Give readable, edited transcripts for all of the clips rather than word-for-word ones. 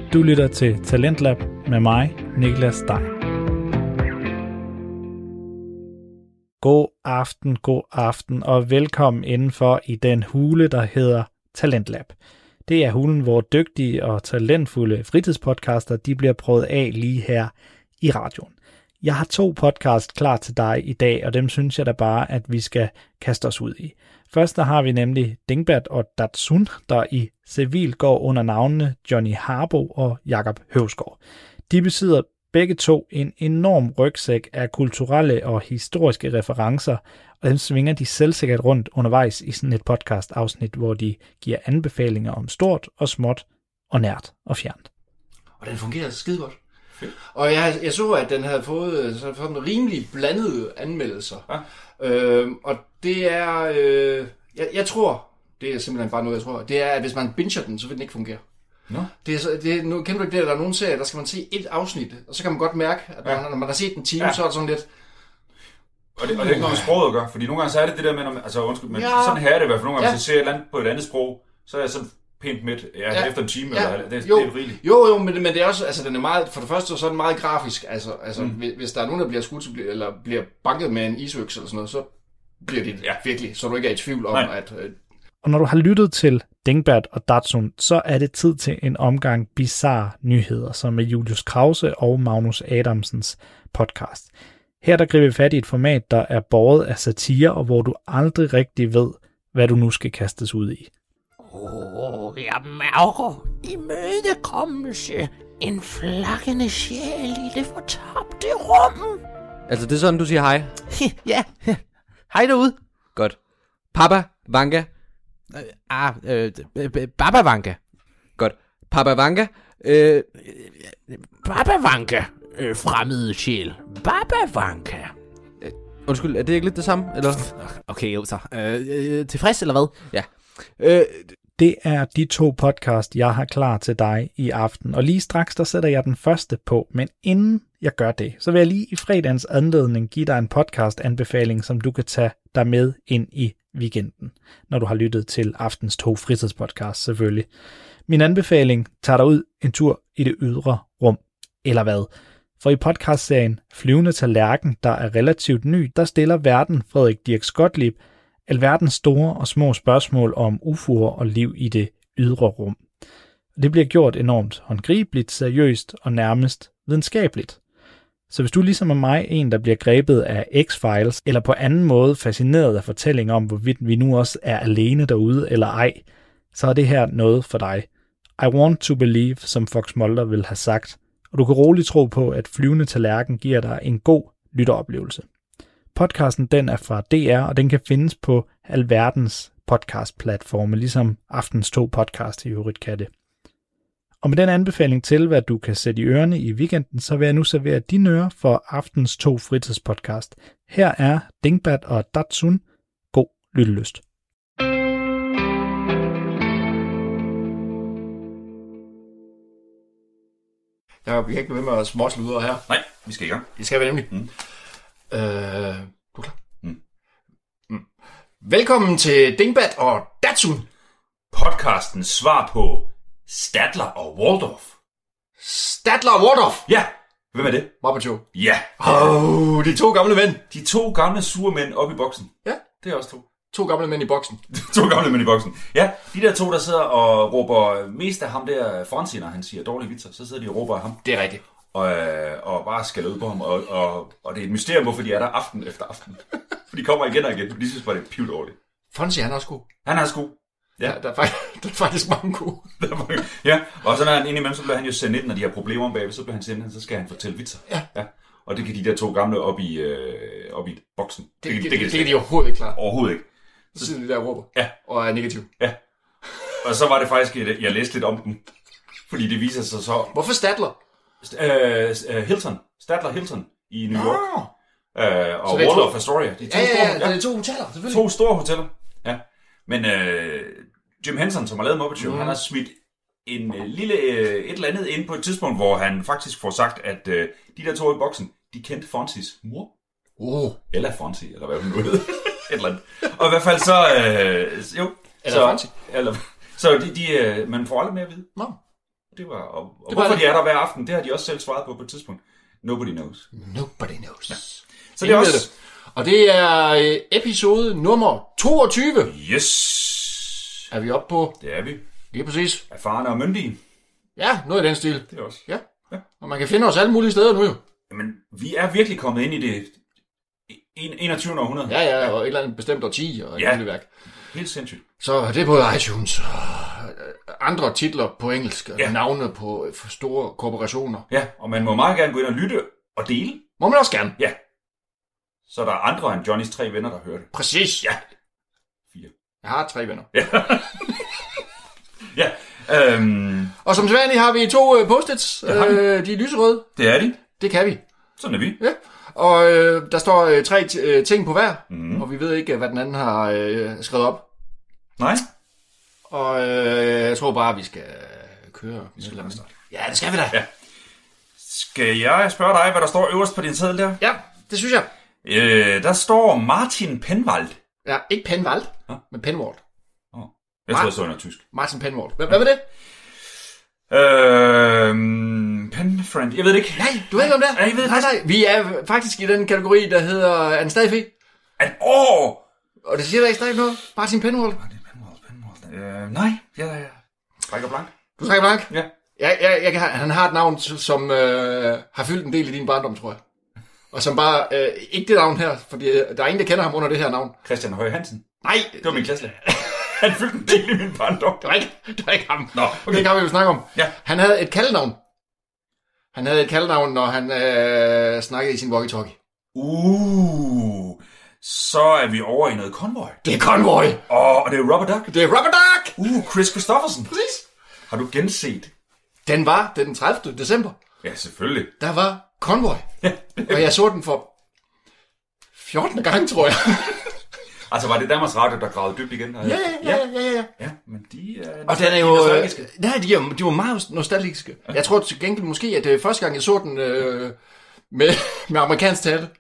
Du lytter til Talentlab med mig, Niklas Stein. God aften og velkommen indenfor i den hule, der hedder Talentlab. Det er hulen, hvor dygtige og talentfulde fritidspodcaster de bliver prøvet af lige her i radioen. Jeg har 2 podcast klar til dig i dag, og dem synes jeg da bare, at vi skal kaste os ud i. Først der har vi nemlig Dingbat og Datsun, der i civil går under navnene Johnny Harbo og Jakob Høvsgaard. De besidder begge to en enorm rygsæk af kulturelle og historiske referencer, og dem svinger de selvsikkert rundt undervejs i sådan et podcast-afsnit, hvor de giver anbefalinger om stort og småt og nært og fjernt. Og den fungerer skide godt. Og jeg så, at den havde fået en rimelig blandede anmeldelser. Ja. Og det er... jeg tror, det er simpelthen bare noget, jeg tror, det er, at hvis man binger den, så vil den ikke fungere. No. Nu kender du ikke det, der er nogle serier, der skal man se et afsnit, og så kan man godt mærke, at når man har set en time, så er det sådan lidt... Og det er ikke noget med sproget at gøre, fordi nogle gange så er det der med, når man, altså undskyld, men sådan her er det i hvert fald nogle gange, hvis jeg ser et eller andet på et andet sprog, så er jeg sådan pænt midt efter en time, eller det er rigeligt. Jo, men det er også, altså den er meget, for det første så er den meget grafisk, altså hvis der er nogen, der bliver skudt, eller bliver banket med en isøks eller sådan noget, så bliver det virkelig, så du ikke er i tvivl om, at... Og når du har lyttet til Dingbat og Datsun, så er det tid til en omgang bizarre nyheder, som er Julius Krause og Magnus Adamsens podcast. Her der griber vi fat i et format, der er båret af satire, og hvor du aldrig rigtig ved, hvad du nu skal kastes ud i. Jeg mærker imødekommelse, en flakkende sjæl i det fortabte rum. Altså det er sådan, du siger hej? Ja, hej derude. Godt. Papa Vanka. Baba Vanka. Godt. Papa Vanka. Baba Vanka. Fremmede sjæl. Baba Vanka. Undskyld, er det ikke lidt det samme, eller? Okay, jo så. Tilfreds, eller hvad? Ja. Det er de 2 podcast, jeg har klar til dig i aften. Og lige straks, der sætter jeg den første på. Men inden jeg gør det, så vil jeg lige i fredagens anledning give dig en podcast-anbefaling, som du kan tage dig med ind i weekenden, når du har lyttet til aftens 2 fritidspodcasts selvfølgelig. Min anbefaling tager dig ud en tur i det ydre rum, eller hvad? For i podcastserien Flyvende Tallerken, der er relativt ny, der stiller verden Frederik Dirks Gottlieb alverdens store og små spørgsmål om UFO'er og liv i det ydre rum. Det bliver gjort enormt håndgribeligt, seriøst og nærmest videnskabeligt. Så hvis du ligesom er mig en, der bliver grebet af X-Files, eller på anden måde fascineret af fortællinger om, hvorvidt vi nu også er alene derude eller ej, så er det her noget for dig. I want to believe, som Fox Mulder ville have sagt, og du kan roligt tro på, at Flyvende Tallerken giver dig en god lytteoplevelse. Podcasten den er fra DR, og den kan findes på alverdens podcastplatforme, ligesom aftens 2 podcast i øvrigt kan det. Og med den anbefaling til, hvad du kan sætte i ørerne i weekenden, så vil jeg nu servere dine ører for aftens 2 fritidspodcast. Her er Dingbat og Datsun. God lyttelyst. Ja, vi kan ikke blive med at småsle ud her. Nej, vi skal i gang. Det skal vi nemlig. Du er klar? Velkommen til Dingbat og Datsun. Podcastens svar på Statler og Waldorf. Statler og Waldorf? Ja, hvem er det? Muppet Show. Ja. De 2 gamle mænd. De 2 gamle sure mænd oppe i boksen. Ja. Det er også 2. 2 gamle mænd i boksen. 2 gamle mænd i boksen. Ja, de der 2, der sidder og råber mest af ham der Fonzie, når han siger dårlige vitser, så sidder de og råber af ham. Det er rigtigt. Og bare skælder ud på ham, og det er et mysterium, hvorfor de er der aften efter aften. For de kommer igen og igen, for de synes bare, det er pivdårligt. Fonzie, han er også god. Han er også god. Ja. Der er faktisk mange gode. Ja, og så når han indimellem, så bliver han jo sendt ind, når de har problemer om bagved, så bliver han sendt ind, så skal han fortælle vitser. Ja. Og det kan de der 2 gamle op i boksen. Det kan de overhovedet ikke klare. Overhovedet ikke. Så sidder de der og råber. Ja. Og er negativ. Ja. Og så var det faktisk, jeg læste lidt om den. Fordi det viser sig så... Hvorfor Statler? Statler Hilton i New York. Og Waldorf Astoria. Det er 2 hoteller, selvfølgelig. 2 store hoteller. Ja. Men Jim Henson, som har lavet Muppet Show, han har smidt en lille et eller andet ind på et tidspunkt, hvor han faktisk får sagt, at de der 2 i boksen, de kendte Fonzies mor. Eller Fonzie, eller hvad hun nu hedder. Et eller andet. Og i hvert fald så... Eller Fonzie. Så man får aldrig mere at vide. Nå. det var... Og hvorfor de er der hver aften, det har de også selv svaret på et tidspunkt. Nobody knows. Nobody knows. Ja. Så det er også... Og det er episode nummer 22. Yes! Er vi oppe på? Det er vi. Lige præcis. Erfarne og myndige. Ja, noget i den stil. Det er også. Ja. Og man kan finde os alle mulige steder nu jo. Jamen, vi er virkelig kommet ind i det 21. århundrede. Ja, og et eller andet bestemt årti og et lille værk. Helt sindssygt. Så det er både iTunes og andre titler på engelsk, navne på store korporationer. Ja, og man må meget gerne gå ind og lytte og dele. Må man også gerne. Ja. Så der er andre end Johnnys 3 venner, der hører det. Præcis. Ja. 4. Jeg har 3 venner. Ja. Ja. Og som sædvanligt har vi 2 post-its. De er lyserøde. Det er de. Det kan vi. Sådan er vi. Ja. Og der står 3 ting på hver, og vi ved ikke, hvad den anden har skrevet op. Nej. Og jeg tror bare, vi skal køre. Ja, det skal vi da. Ja. Skal jeg spørge dig, hvad der står øverst på din seddel der? Ja, det synes jeg. Der står Martin Penwald. Ja, ikke Penwald, men Penwald. Jeg tror, jeg så noget tysk. Martin Penwald. Hvad var det? Penfriend. Jeg ved det ikke. Nej, du ved ikke om det? Nej, jeg ved det faktisk. Nej. Vi er faktisk i den kategori, der hedder Anstafi. Og det siger da ikke stadig noget? Martin Penwald. Nej, jeg trækker blank. Du trækker blank? Ja. Han har et navn, som har fyldt en del i din barndom, tror jeg. Og som bare, ikke det navn her, fordi der er ingen, der kender ham under det her navn. Christian Høje Hansen. Nej. Det var min klasse. Han fyldte en del i min barndom. Det var ikke ham. Nå, okay. Det kan vi jo snakke om. Ja. Han havde et kaldenavn. Når han snakkede i sin walkie-talkie. Så er vi over i noget Convoy. Det er Convoy. Og det er Rubber Duck. Det er Rubber Duck. Chris Christofferson. Præcis. Har du genset? Den var den 30. december. Ja, selvfølgelig. Der var Convoy. Og jeg så den for 14. gang, tror jeg. Altså, var det Danmarks Radio, der gravede dybt igen? Ja. Ja, men de er... Og den er jo... Nej, de var meget nostalgiske. Jeg tror til gengæld måske, at det første gang, jeg så den med amerikansk tale.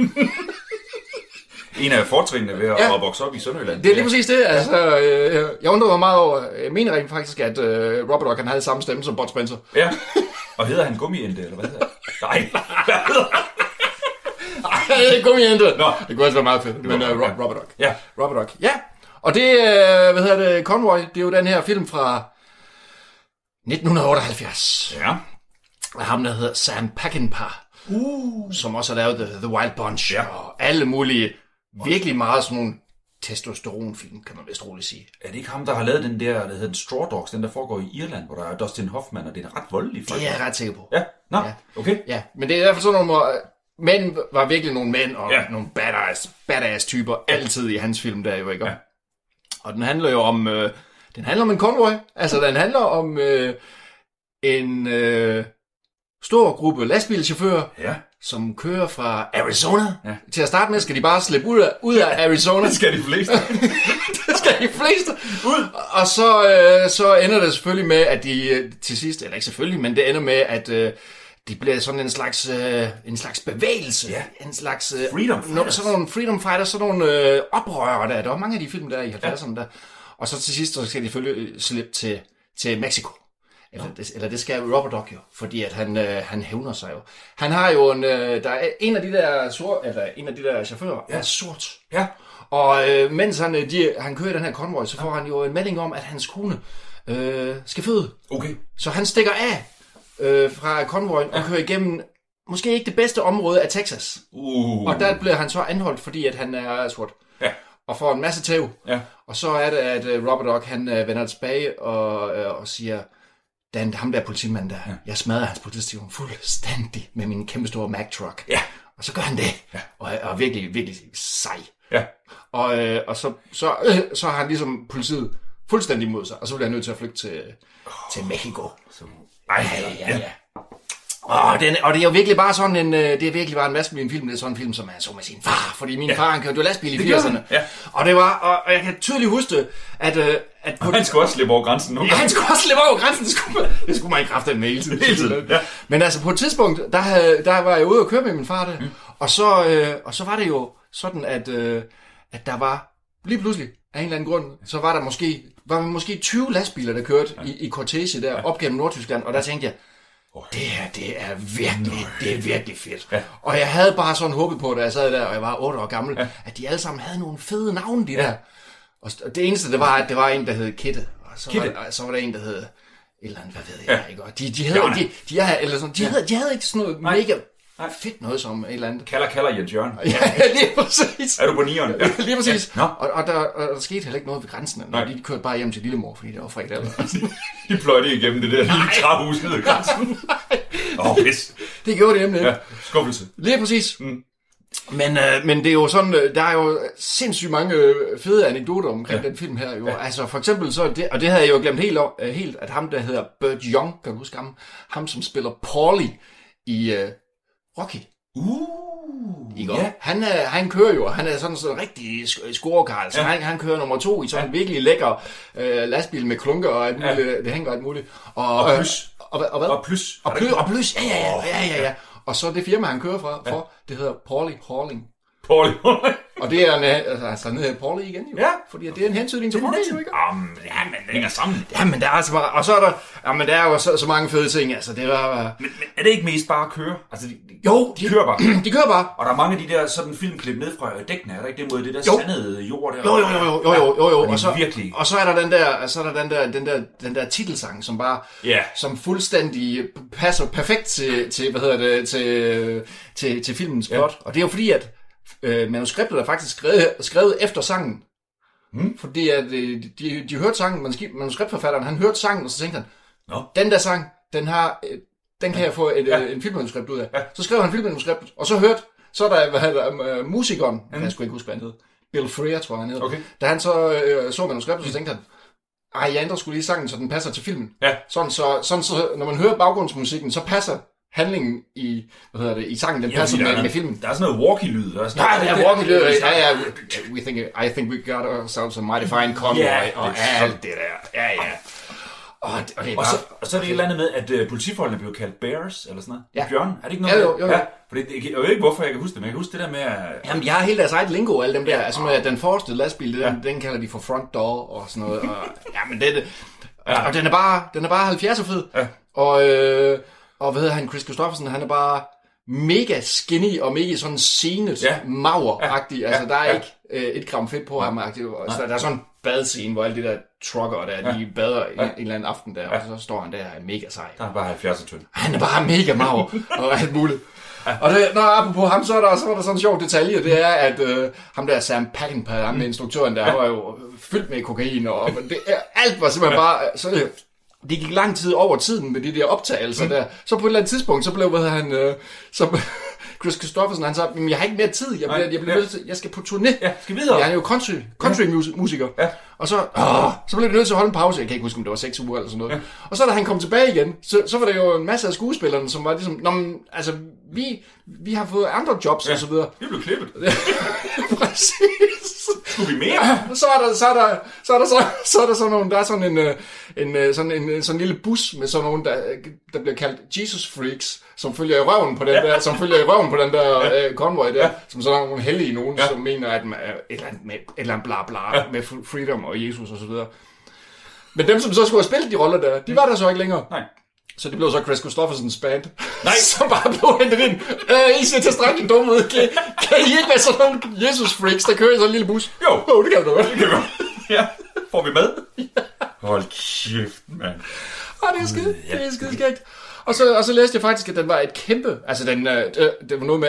En af fortrinene ved at vokse op i Sønderjylland. Det er lige præcis det. Altså, jeg undrede mig meget over... Jeg mener rent faktisk, at Robert Duck, han havde samme stemme som Bud Spencer. Ja. Og hedder han Gummiente, eller hvad hedder han? Nej, hvad hedder han? Nej, ikke Gummiente. Nå. Det kunne også være meget fedt. Men Robert Duck. Ja. Robert Duck. Ja. Og det, Convoy, det er jo den her film fra 1978. Ja. Af ham, der hedder Sam Peckinpah. Som også har lavet The Wild Bunch. Ja. Og alle mulige, virkelig meget sådan nogle testosteronfilm, kan man vist roligt sige. Er det ikke ham, der har lavet den der hedder den Straw Dogs, den der foregår i Irland, hvor der er Dustin Hoffman, og det er en ret voldelig folk? Det er jeg ret sikker på. Ja, okay. Ja, men det er i hvert fald sådan nogle... Mænd var virkelig nogle mænd, og nogle badass typer, altid i hans film der jo, ikke? Ja. Og den handler jo om... den handler om en konvoj. Altså, den handler om en stor gruppe lastbilchauffører, som kører fra Arizona. Ja. Til at starte med skal de bare slippe ud af Arizona. Det skal de fleste. Det skal de fleste ud. Og så ender det selvfølgelig med, at de til sidst, eller ikke selvfølgelig, men det ender med, at de bliver sådan en slags bevægelse. Ja. En slags... freedom fighters. Sådan nogle freedom fighters, sådan nogle oprørere der. Der var mange af de film der i 70'erne der. Og så til sidst, så skal de selvfølgelig slippe til Mexico. Eller det skal Robert Duck jo, fordi at han hævner sig jo. Han har jo der er en af de der chauffører er sort. Ja. Og mens han kører den her konvoj, så får han jo en melding om, at hans kone skal føde. Okay. Så han stikker af fra konvojen og kører igennem måske ikke det bedste område af Texas. Og der bliver han så anholdt, fordi at han er sort. Ja. Og får en masse tæv. Ja. Og så er det, at Robert Duck, han vender tilbage og siger, ham der politimand der, jeg smadrer hans politistation fuldstændig med min kæmpe store Mack-truck. Ja. Og så gør han det. Ja. Og er virkelig, virkelig sej. Ja. Og så har han ligesom politiet fuldstændig imod sig, og så bliver han nødt til at flygte til Mexico. Ja. Og det er jo virkelig bare sådan en maskulin film. Det er sådan en film, som han så med sin far, fordi min far, han kørte jo lastbil i 80'erne. Ja. Og det var, og jeg kan tydeligt huske, at han skulle også slippe over grænsen nu. Ja, han skulle også slippe over grænsen. Det skulle man ikke kræfte med hele tiden. Ja. Men altså på et tidspunkt, der var jeg ude og køre med min far der, og så var det jo sådan, at der var lige pludselig af en eller anden grund, så var der måske var måske 20 lastbiler, der kørte i kortege der op gennem Nordtyskland, og der tænkte jeg, det her, det er virkelig fedt. Ja. Og jeg havde bare sådan håbet på, da jeg sad der, og jeg var 8 år gammel, at de alle sammen havde nogle fede navne, de der. Og det eneste, det var, at det var en, der hed Kette. Og så var der en, der hed et eller andet, hvad ved jeg ikke. Og de havde ikke sådan noget mega fedt noget som et eller andet. Kalder Jens Jørgen. Ja, lige præcis. Er du på 9'eren? Ja, lige præcis. Ja. Og der skete heller ikke noget ved grænsen. De kørte bare hjem til Lillemor, fordi det var fredag. De pløjte igennem det der lille træhus ned ad grænsen. Pis. Det gjorde det nemlig. Ja, skuffelse. Lige præcis. Men det er jo sådan, der er jo sindssygt mange fede anekdoter omkring den film her. Jo. Ja. Altså for eksempel så, og det havde jeg jo glemt helt, at ham der hedder Burt Young, kan du huske ham som spiller Paulie i Rocky. Ja. Han kører jo, han er sådan en rigtig scorekarl, så han kører nummer 2 i sådan en virkelig lækker lastbil med klunker og alt muligt, det hænger alt muligt. Og plus. Og plus, ja. Og så det firma, han kører for, det hedder Paulie Hauling. Og det er han hedder Paulie igen jo. Ja. Fordi det er en hentydning til Rocky jo, ikke? Men det hænger sammen. Jamen, der er altså bare, og så er der, der er jo så mange fede ting, altså det var... Men er det ikke mest bare at køre? Altså, de kører bare. De kører bare. Og der er mange af de der sådan filmklip ned fra dækkene, er der ikke det mod det der sandede jord der? Jo. Og så er der den der titelsang, som bare, som fuldstændig passer perfekt til filmens plot. Og det er jo fordi, at manuskriptet er faktisk skrevet efter sangen. Fordi at de hørte sangen, manuskriptforfatteren, han hørte sangen, og så tænkte han, den der sang, den kan jeg få en filmmanuskript ud af. Ja. Så skrev han filmmanuskript, og så er der musikeren, jeg skulle ikke huske, hvad han hed, Bill Freer, tror jeg han hed. Okay. Da han så manuskriptet, så tænkte han, jeg ændrer skulle lige sangen, så den passer til filmen. Ja. Sådan så, når man hører baggrundsmusikken, så passer handlingen i sangen, den passer med filmen. Der er sådan noget walkie-lyd. Der er walkie-lyd. I think we got ourselves a mighty fine convoy, og alt det der. Ja. Og så er det et eller andet med, at politifolkene blev kaldt bears, eller sådan noget. Ja. Bjørn, er det ikke noget? Jo. Ja, for jeg ved ikke, hvorfor jeg kan huske det, men jeg kan huske det der med... Jamen, jeg har helt deres eget lingo, alle dem der. Altså med den forreste lastbil, den kalder de for front door, og sådan noget. Og den er bare 70'er fed. Ja. Og hvad hedder han, Chris Christopherson, han er bare mega skinny og mega sådan senet, maver-agtig. Altså, der er ikke 1 gram fedt på ham-agtigt. Så der er sådan en badscene, hvor alle de der trucker der, de bader en eller anden aften der, og så står han der mega sej. Der er bare 70 tynd. Han er bare mega maver og alt muligt. Og apropos ham, så er der sådan en sjov detalje, det er, at ham der Sam Peckinpah, ham med instruktøren der, var jo fyldt med kokain, og alt var simpelthen bare... Det gik lang tid over tiden med de der optagelser der. Så på et eller andet tidspunkt, så blev Chris Christopherson, han sagde, jeg har ikke mere tid, jeg skal på turné. Ja, skal videre. Jeg er jo country musiker. Ja. Og så blev det nødt til at holde en pause. Jeg kan ikke huske, om det var 6 uger eller sådan noget. Ja. Og så da han kom tilbage igen, så var der jo en masse af skuespillerne, som var ligesom, altså, vi har fået andre jobs og så videre. Vi blev klippet. Præcis. Skulle vi mere? Så er der sådan nogle, der er sådan en lille bus med sådan nogle, der bliver kaldt Jesus Freaks, som følger i røven på den der, konvoj der, som sådan nogle hellige nogen, som mener, at man er et eller andet bla bla med freedom og Jesus og så videre. Men dem, som så skulle have spillet de roller der, de var der så ikke længere. Nej. Så det blev så Chris Christophersons band, som bare blev hentet ind. I ser tilstrækkeligt dumme ud. Kan I ikke være sådan nogle Jesus-freaks, der kører i sådan en lille bus? Jo, det kan du godt. Ja, får vi med? Hold kæft, mand. Det er skideskægt. Og så læste jeg faktisk, at den var et kæmpe... Altså, det var noget med,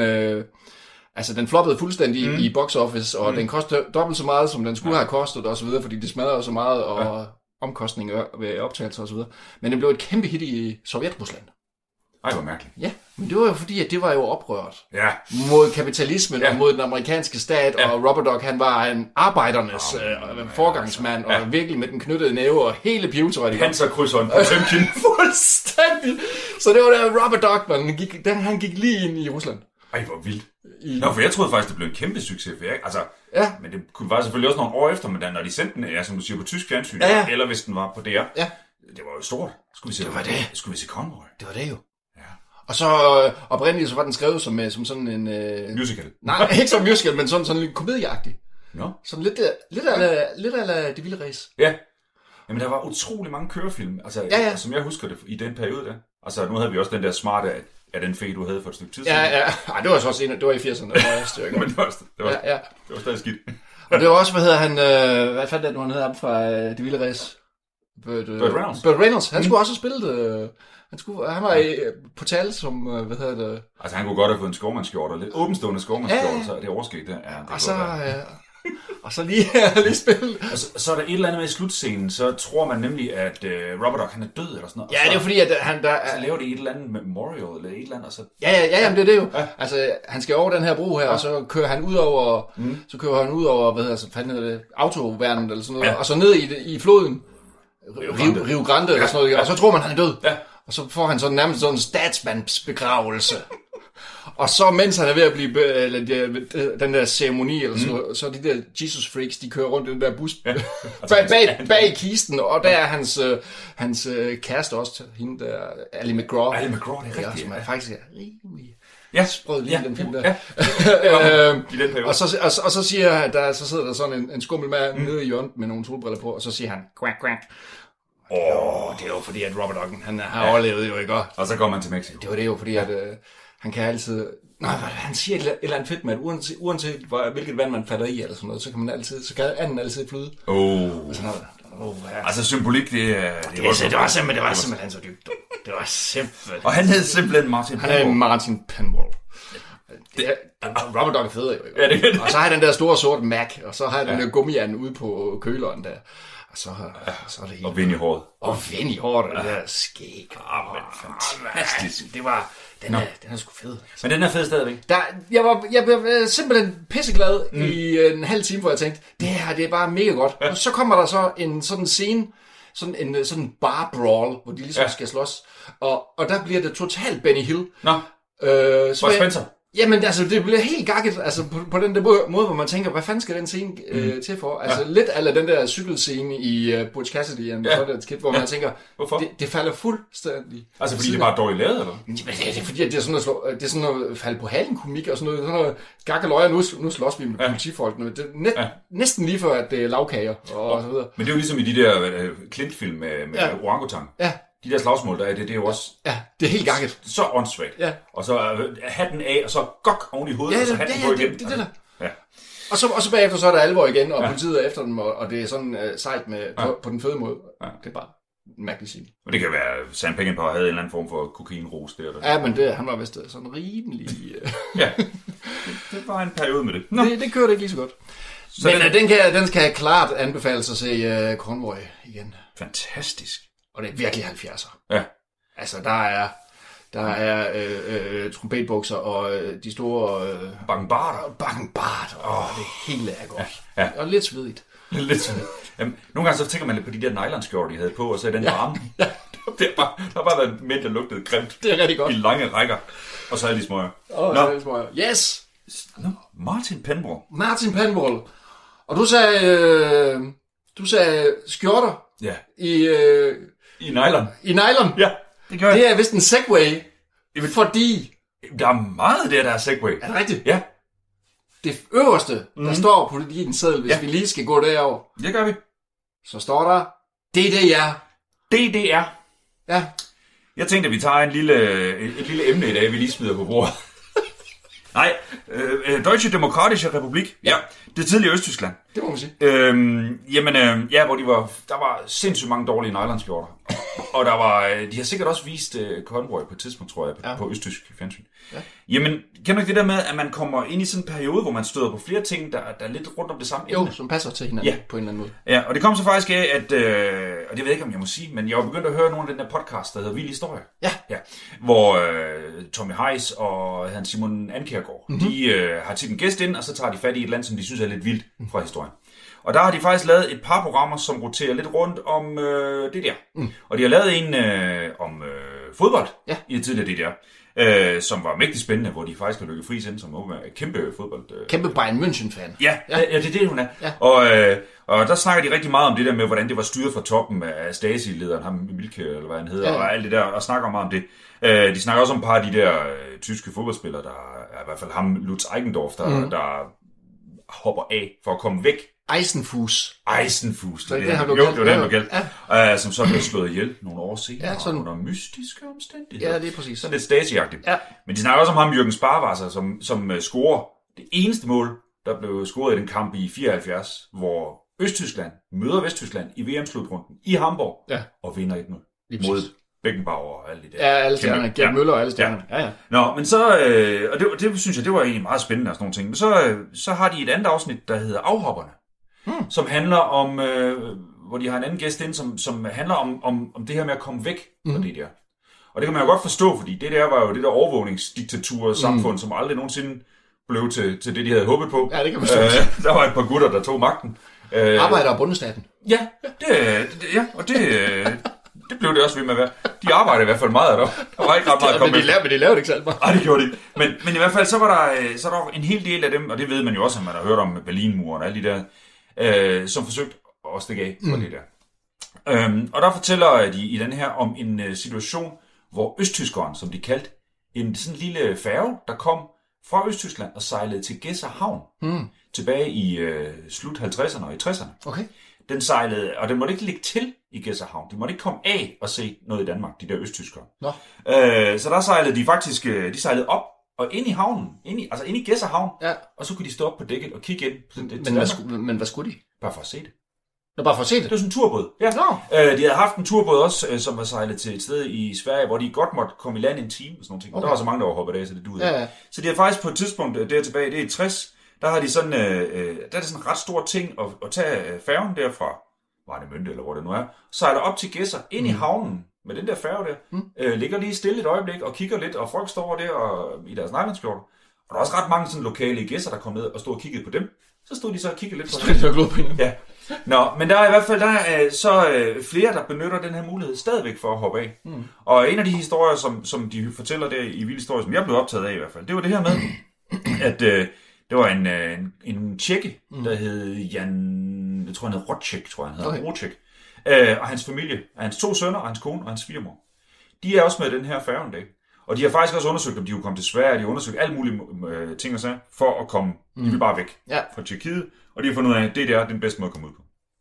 at den floppede fuldstændig i box office, og den kostede dobbelt så meget, som den skulle have kostet, og så videre, fordi det smadrede så meget, og omkostninger ved optagelser og så videre. Men det blev et kæmpe hit i Sovjet-Rusland. Ej, hvor mærkeligt. Ja, men det var jo fordi, at det var jo oprørt mod kapitalismen og mod den amerikanske stat, og Rubber Dog, han var en arbejdernes forgangsmand, og virkelig med den knyttede næve og hele pivetøjet. Panserkrydseren på Temkin. Fuldstændig. Så det var der Rubber Dog, han gik lige ind i Rusland. Ej, hvor vildt. Nå, for jeg troede faktisk, det blev en kæmpe succes for jer. Altså, men det kunne være selvfølgelig også nogle år efter, men når de sendte den, som du siger, på tysk fjernsyn, eller hvis den var på DR, det var jo stort. Skulle vi se Convoy? Det var det jo. Ja. Og så oprindeligt så var den skrevet som sådan en... musical. Nej, ikke som musical, men sådan lidt komedieagtig. Nå. Sådan lidt af Det Vilde Race. Ja. Jamen, der var utrolig mange kørefilm, altså, Ja. som jeg husker det i den periode der. Altså, nu havde vi også den der smarte af den fe, du havde for et stykke tid siden. Ja. Ej, det var så også det var i 80'erne, der var styrker. Men det var Ja. det var stadig skidt. Og det var også, hvad hedder han, hvad fanden det, han hedder ham fra Det Vilde Race? Burt Reynolds. Burt Reynolds. Han skulle også have spillet, han var på tale som, hvad hedder det? Altså, han kunne godt have fået en skovmandskjorte, lidt åbenstående skovmandskjorte, så er det oversket der. Ja, det Og så lige spille. Og så er der et eller andet med i slutscenen, så tror man nemlig, at Rubber Duck, han er død eller sådan noget. Ja, det er fordi, at han der... Så laver de et eller andet memorial eller et eller andet, og så... Ja, det er det jo. Ja. Altså, han skal over den her bro her, og så kører han ud over, hvad hedder så fanden hedder det, autoværnet eller sådan noget, og så ned i floden, Rio Grande eller sådan noget, og så tror man, han er død. Ja. Og så får han sådan nærmest sådan en statsmandsbegravelse. Og så mens han er ved at blive den der ceremoni eller sådan noget, så de der Jesus freaks, de kører rundt i den der bus bag kisten, og der er hans kæreste også, hende der, Ali McGraw. Ali McGraw, det er rigtigt. Som er faktisk rimelig sprød lige den film der. I den periode. Og så siger han, så sidder der sådan en skummel mand nede i hjørnet med nogle solbriller på, og så siger han, quack, quack. Det er jo fordi, at Robert Duggan, han har overlevet jo, ikke? Og så går man til Mexico. Det var det jo, fordi at han kan altid... han siger et eller andet fedt med, at uanset hvilket vand man falder i, eller sådan noget, så kan anden altid flyde. Altså symbolik, det var simpelthen så dybt. Det var simpelthen... Og han hed simpelthen Martin Penwall. Han hed Martin Penwall. Robert Duggan er fed, jo, ikke? Ja, det. Og så har jeg den der store sorte Mac, og så har jeg den der gummiand ude på køleren der. Og så er det helt... Og vind i håret. Og vind i håret, og det der skæg. Fantastisk. Den er sgu fed. Men den er fed stadigvæk. Jeg blev simpelthen pisseglad i en halv time, hvor jeg tænkte, det her, det er bare mega godt. Og så kommer der så en sådan scene, sådan en bar brawl, hvor de ligesom skal slås. Og der bliver det totalt Benny Hill. Nå, for Spencer. Jamen, altså, det bliver helt gakket, altså, på den der måde, hvor man tænker, hvad fanden skal den scene til for? Altså, lidt ala den der cykelscene i Butch Cassidy and the Sundance Kid, hvor man tænker, det falder fuldstændig. Altså, fordi det er bare dårligt lavet, eller? Jamen, det er fordi, at det er sådan noget falde på halen komik og sådan noget gak og løjer, nu slås vi med politifolk. Det er næsten lige før, at det er lavkager og så videre. Men det er jo ligesom i de der Clint-film med orangutang. Ja. De der slagsmål, der er det er jo også... Ja, det er helt gakket. Så åndssvagt. Ja. Og så hatten af, og så gok oven i hovedet, og så hatten på igen. Det der. Ja. Og så bagefter, så er der alvor igen, og politiet er efter dem, og det er sådan sejt med, på den fede måde. Ja. Det er bare en mærkelig scene. Men det kan være, Sam Peckinpah havde en eller anden form for kokainros der. Ja, men han var vist sådan rimelig... Ja, det var en periode med det. Det kørte ikke lige så godt. Så men den kan klart anbefales at se Convoy igen. Fantastisk. Og det er virkelig 70'er. Ja. Altså, der er trompetbukser og de store... Bakkenbarter. Det hele er godt. Ja. Og lidt svedigt. Jamen, nogle gange så tænker man lidt på de der nylonskjorte, de havde på, og så i den varme. Ja. Der har bare været mænd, der lugtede grimt. Det er rigtig godt. I lange rækker. Og så er de smøger. Yes! Martin Penwall. Martin Penwall. Og du sagde skjorter. Ja. I nylon. I nylon? Ja, det gør jeg. Det er vist en segway, fordi... Der er meget der er segway. Er det rigtigt? Ja. Det øverste, der står på din seddel, hvis vi lige skal gå derover. Det gør vi. Så står der DDR. DDR. Ja. Jeg tænkte, at vi tager et lille emne i dag, vi lige smider på bordet. Nej, Deutsche Demokratische Republik. Ja, det er tidligere Østtyskland. Det må man sige. Hvor der var sindssygt mange dårlige nylonskjorter. Og de har sikkert også vist Convoy på et tidspunkt, tror jeg, på østtysk fjernsyn. Ja. Jamen, kender du ikke det der med, at man kommer ind i sådan en periode, hvor man støder på flere ting, der er lidt rundt om det samme emne? Jo, som passer til hinanden på en eller anden måde. Ja, og det kom så faktisk af, at, og det ved jeg ikke, om jeg må sige, men jeg var begyndt at høre nogle af den der podcast, der hedder Vild Historie. Ja. Hvor Tommy Heiss og Simon Ankergaard, de har tit en gæst ind, og så tager de fat i et land, som de synes er lidt vildt fra historien. Og der har de faktisk lavet et par programmer, som roterer lidt rundt om det der. Og de har lavet en om fodbold i det tidligere DDR, som var mægtig spændende, hvor de faktisk har Lykke Friis ind, som er kæmpe fodbold. Kæmpe Bayern München-fan. Ja, det er det, hun er. Ja. Og der snakker de rigtig meget om det der med, hvordan det var styret fra toppen af Stasi-lederen, ham Milke, eller hvad han hedder, og alt det der, og snakker meget om det. De snakker også om et par af de der tyske fodboldspillere, der er i hvert fald ham, Lutz Eigendorf, der hopper af for at komme væk. Eisenfuß. Eisenfuß, det har du kaldt. Det var kaldt. Ja. Som så blev slået ihjel nogle år senere, ja, sådan, under mystiske omstændigheder. Ja, det er præcis. Sådan lidt Stasi-agtigt. Ja. Men de snakker også om ham, Jürgen Sparwasser, som scorer det eneste mål, der blev scoret i den kamp i 74, hvor Østtyskland møder Vesttyskland i VM-slutrunden i Hamburg og vinder 1-0 mod Beckenbauer og alle de der. Ja, alle stjernerne. Gerd Møller og alle stjernerne. Ja. Nå, men så, og det synes jeg, det var egentlig meget spændende og sådan nogle ting. Men så har de et andet afsnit, der hedder Afhopperne, som handler om, hvor de har en anden gæst ind, som handler om det her med at komme væk fra det der. Og det kan man jo godt forstå, fordi det der var jo det der overvågningsdiktatur samfund, som aldrig nogensinde blev til det, de havde håbet på. Ja, det kan man forstå. Der var et par gutter, der tog magten. Arbejder og bundestaten. Ja, det blev det også ved med at være. De arbejdede i hvert fald meget, der var ikke ret meget at komme men de lavede ikke selv bare. Nej, det gjorde de. Men i hvert fald, så var der en hel del af dem, og det ved man jo også, at man har hørt om Berlinmuren og alle de der, som forsøgte at stikke af for det der. Og der fortæller de i den her om en situation, hvor østtyskeren, som de kaldte, en sådan lille færge, der kom fra Østtyskland og sejlede til Gedser Havn tilbage i slut 50'erne og i 60'erne. Okay. Den sejlede, og den måtte ikke ligge til i Gedser Havn. De måtte ikke komme af og se noget i Danmark, de der østtyskere. Så der sejlede de faktisk, de sejlede op og ind i havnen, ind i Gedser Havn, og så kunne de stå op på dækket og kigge ind. Men hvad skulle de? Bare for at se det. Bare for at se det? Det var sådan en turbåd. Ja. De havde haft en turbåd også, som var sejlet til et sted i Sverige, hvor de godt måtte komme i land en time og sådan noget. Okay. Og der var så mange, der var hoppet af, så det duede. Ja. Så de har faktisk på et tidspunkt der tilbage, det er i 60, der har de sådan, der er det sådan en ret stor ting at tage færgen derfra, Warnemünde eller hvor det nu er, sejler op til Gedser, ind i havnen med den der færge der, ligger lige stille et øjeblik og kigger lidt, og folk står over der og, i deres nylonskjorter. Og der er også ret mange sådan lokale i Gedser, der kom ned og stod og kiggede på dem. Så stod de så og kiggede lidt på dem. Ja. Nå, men der er i hvert fald flere, der benytter den her mulighed stadigvæk for at hoppe af. Og en af de historier, som de fortæller der i Vild Historie, som jeg blev optaget af i hvert fald, det var det her med, at det var en tjekke, der hed Jan, jeg tror han hed Rotschek, Rotschek. Og hans familie, hans 2 sønner, og hans kone og hans svigermor. De er også med den her færge en dag. Og de har faktisk også undersøgt, om de kunne komme til Sverige. De har undersøgt alle mulige ting og sager, for at komme, de vil bare væk fra Tjekkiet. Og de har fundet ud af, at det er den bedste måde at komme ud på.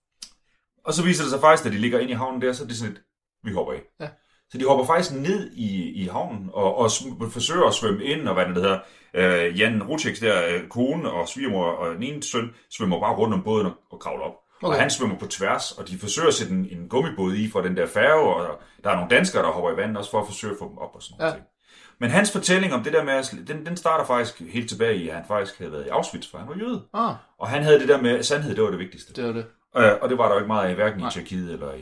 Og så viser det sig faktisk, at de ligger inde i havnen der, så er det sådan et, vi hopper af. Ja. Så de hopper faktisk ned i havnen, og forsøger at svømme ind, og hvad det hedder. Jan Rutscheks der, kone og svigermor og den ene søn, svømmer bare rundt om båden og kravler op. Okay. Og han svømmer på tværs, og de forsøger at sætte en gummibåd i fra den der færge, og der er nogle danskere, der hopper i vandet også for at forsøge at få dem op og sådan noget. Men hans fortælling om det der med, den starter faktisk helt tilbage i, at han faktisk havde været i Auschwitz, for han var jøde. Og han havde det der med, sandhed, det var det vigtigste. Det var det. Og det var der jo ikke meget af, hverken i Tjekkiet eller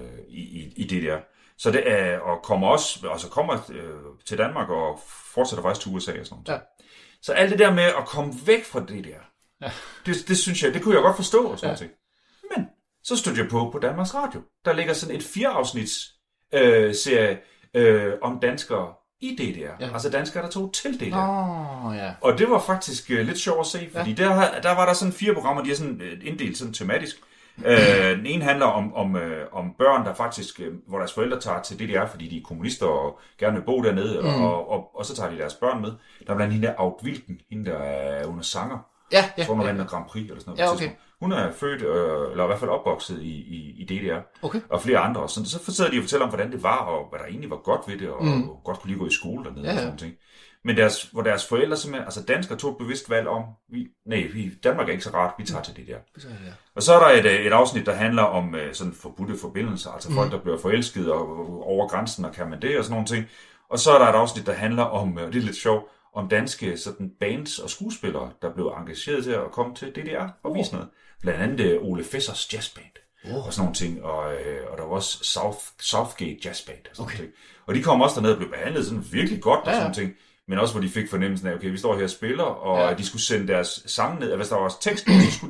i det der. Så det er, og kommer til Danmark og fortsætter faktisk til USA og sådan noget. Ja. Så alt det der med at komme væk fra det der, det synes jeg, det kunne jeg godt forstå og sådan noget. Men så stødte jeg på Danmarks Radio. Der ligger sådan et 4-afsnits serie om danskere i DDR. Altså danskere, der tog til DDR. Og det var faktisk lidt sjovt at se, fordi der var der sådan 4 programmer, de er sådan inddelt sådan tematisk. Den ene handler om børn, der faktisk, hvor deres forældre tager til DDR, fordi de er kommunister og gerne vil bo dernede, og så tager de deres børn med. Der er blandt hende der Aud Wilken, hende der er under sanger. Så hun har vandt Grand Prix eller sådan noget. Hun er født, eller i hvert fald opvokset i DDR, og flere andre. Så sidder de og fortæller om, hvordan det var, og hvad der egentlig var godt ved det, og godt kunne lige gå i skole dernede og sådan noget. Men hvor deres forældre simpelthen, altså danskere tog et bevidst valg om, Danmark er ikke så rart, vi tager til det der. Og så er der et afsnit, der handler om sådan forbudte forbindelser, altså folk, der bliver forelsket over grænsen, og kan man det og sådan nogle ting. Og så er der et afsnit, der handler om, det er lidt sjovt, om danske sådan bands og skuespillere, der blev engageret til at komme til DDR og vise noget. Blandt andet Ole Fessers jazzband og sådan nogle ting, og der var også Southgate jazzband og sådan nogle ting. Og de kom også derned og blev behandlet sådan virkelig godt og sådan nogle ting. Men også hvor de fik fornemmelsen af, okay, vi står her og spiller, og de skulle sende deres sang ned. Hvis der var også tekst,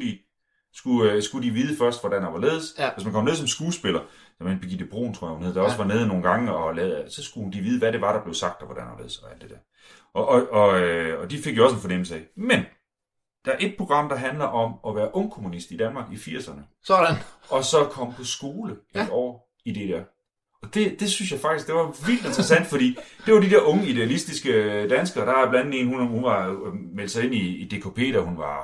så skulle de vide først, hvordan der var ledes. Hvis man kom ned som skuespiller, så man Birgitte Brun, tror jeg, hun hed, der også var nede nogle gange, og så skulle de vide, hvad det var, der blev sagt, og hvordan der var ledes, og alt det der. Og de fik jo også en fornemmelse af. Men der er et program, der handler om at være ungkommunist i Danmark i 80'erne. Sådan. Og så komme på skole et år i det der. Og det synes jeg faktisk, det var vildt interessant, fordi det var de der unge idealistiske danskere. Der er blandt andet en, hun var meldt sig ind i DKP, da hun var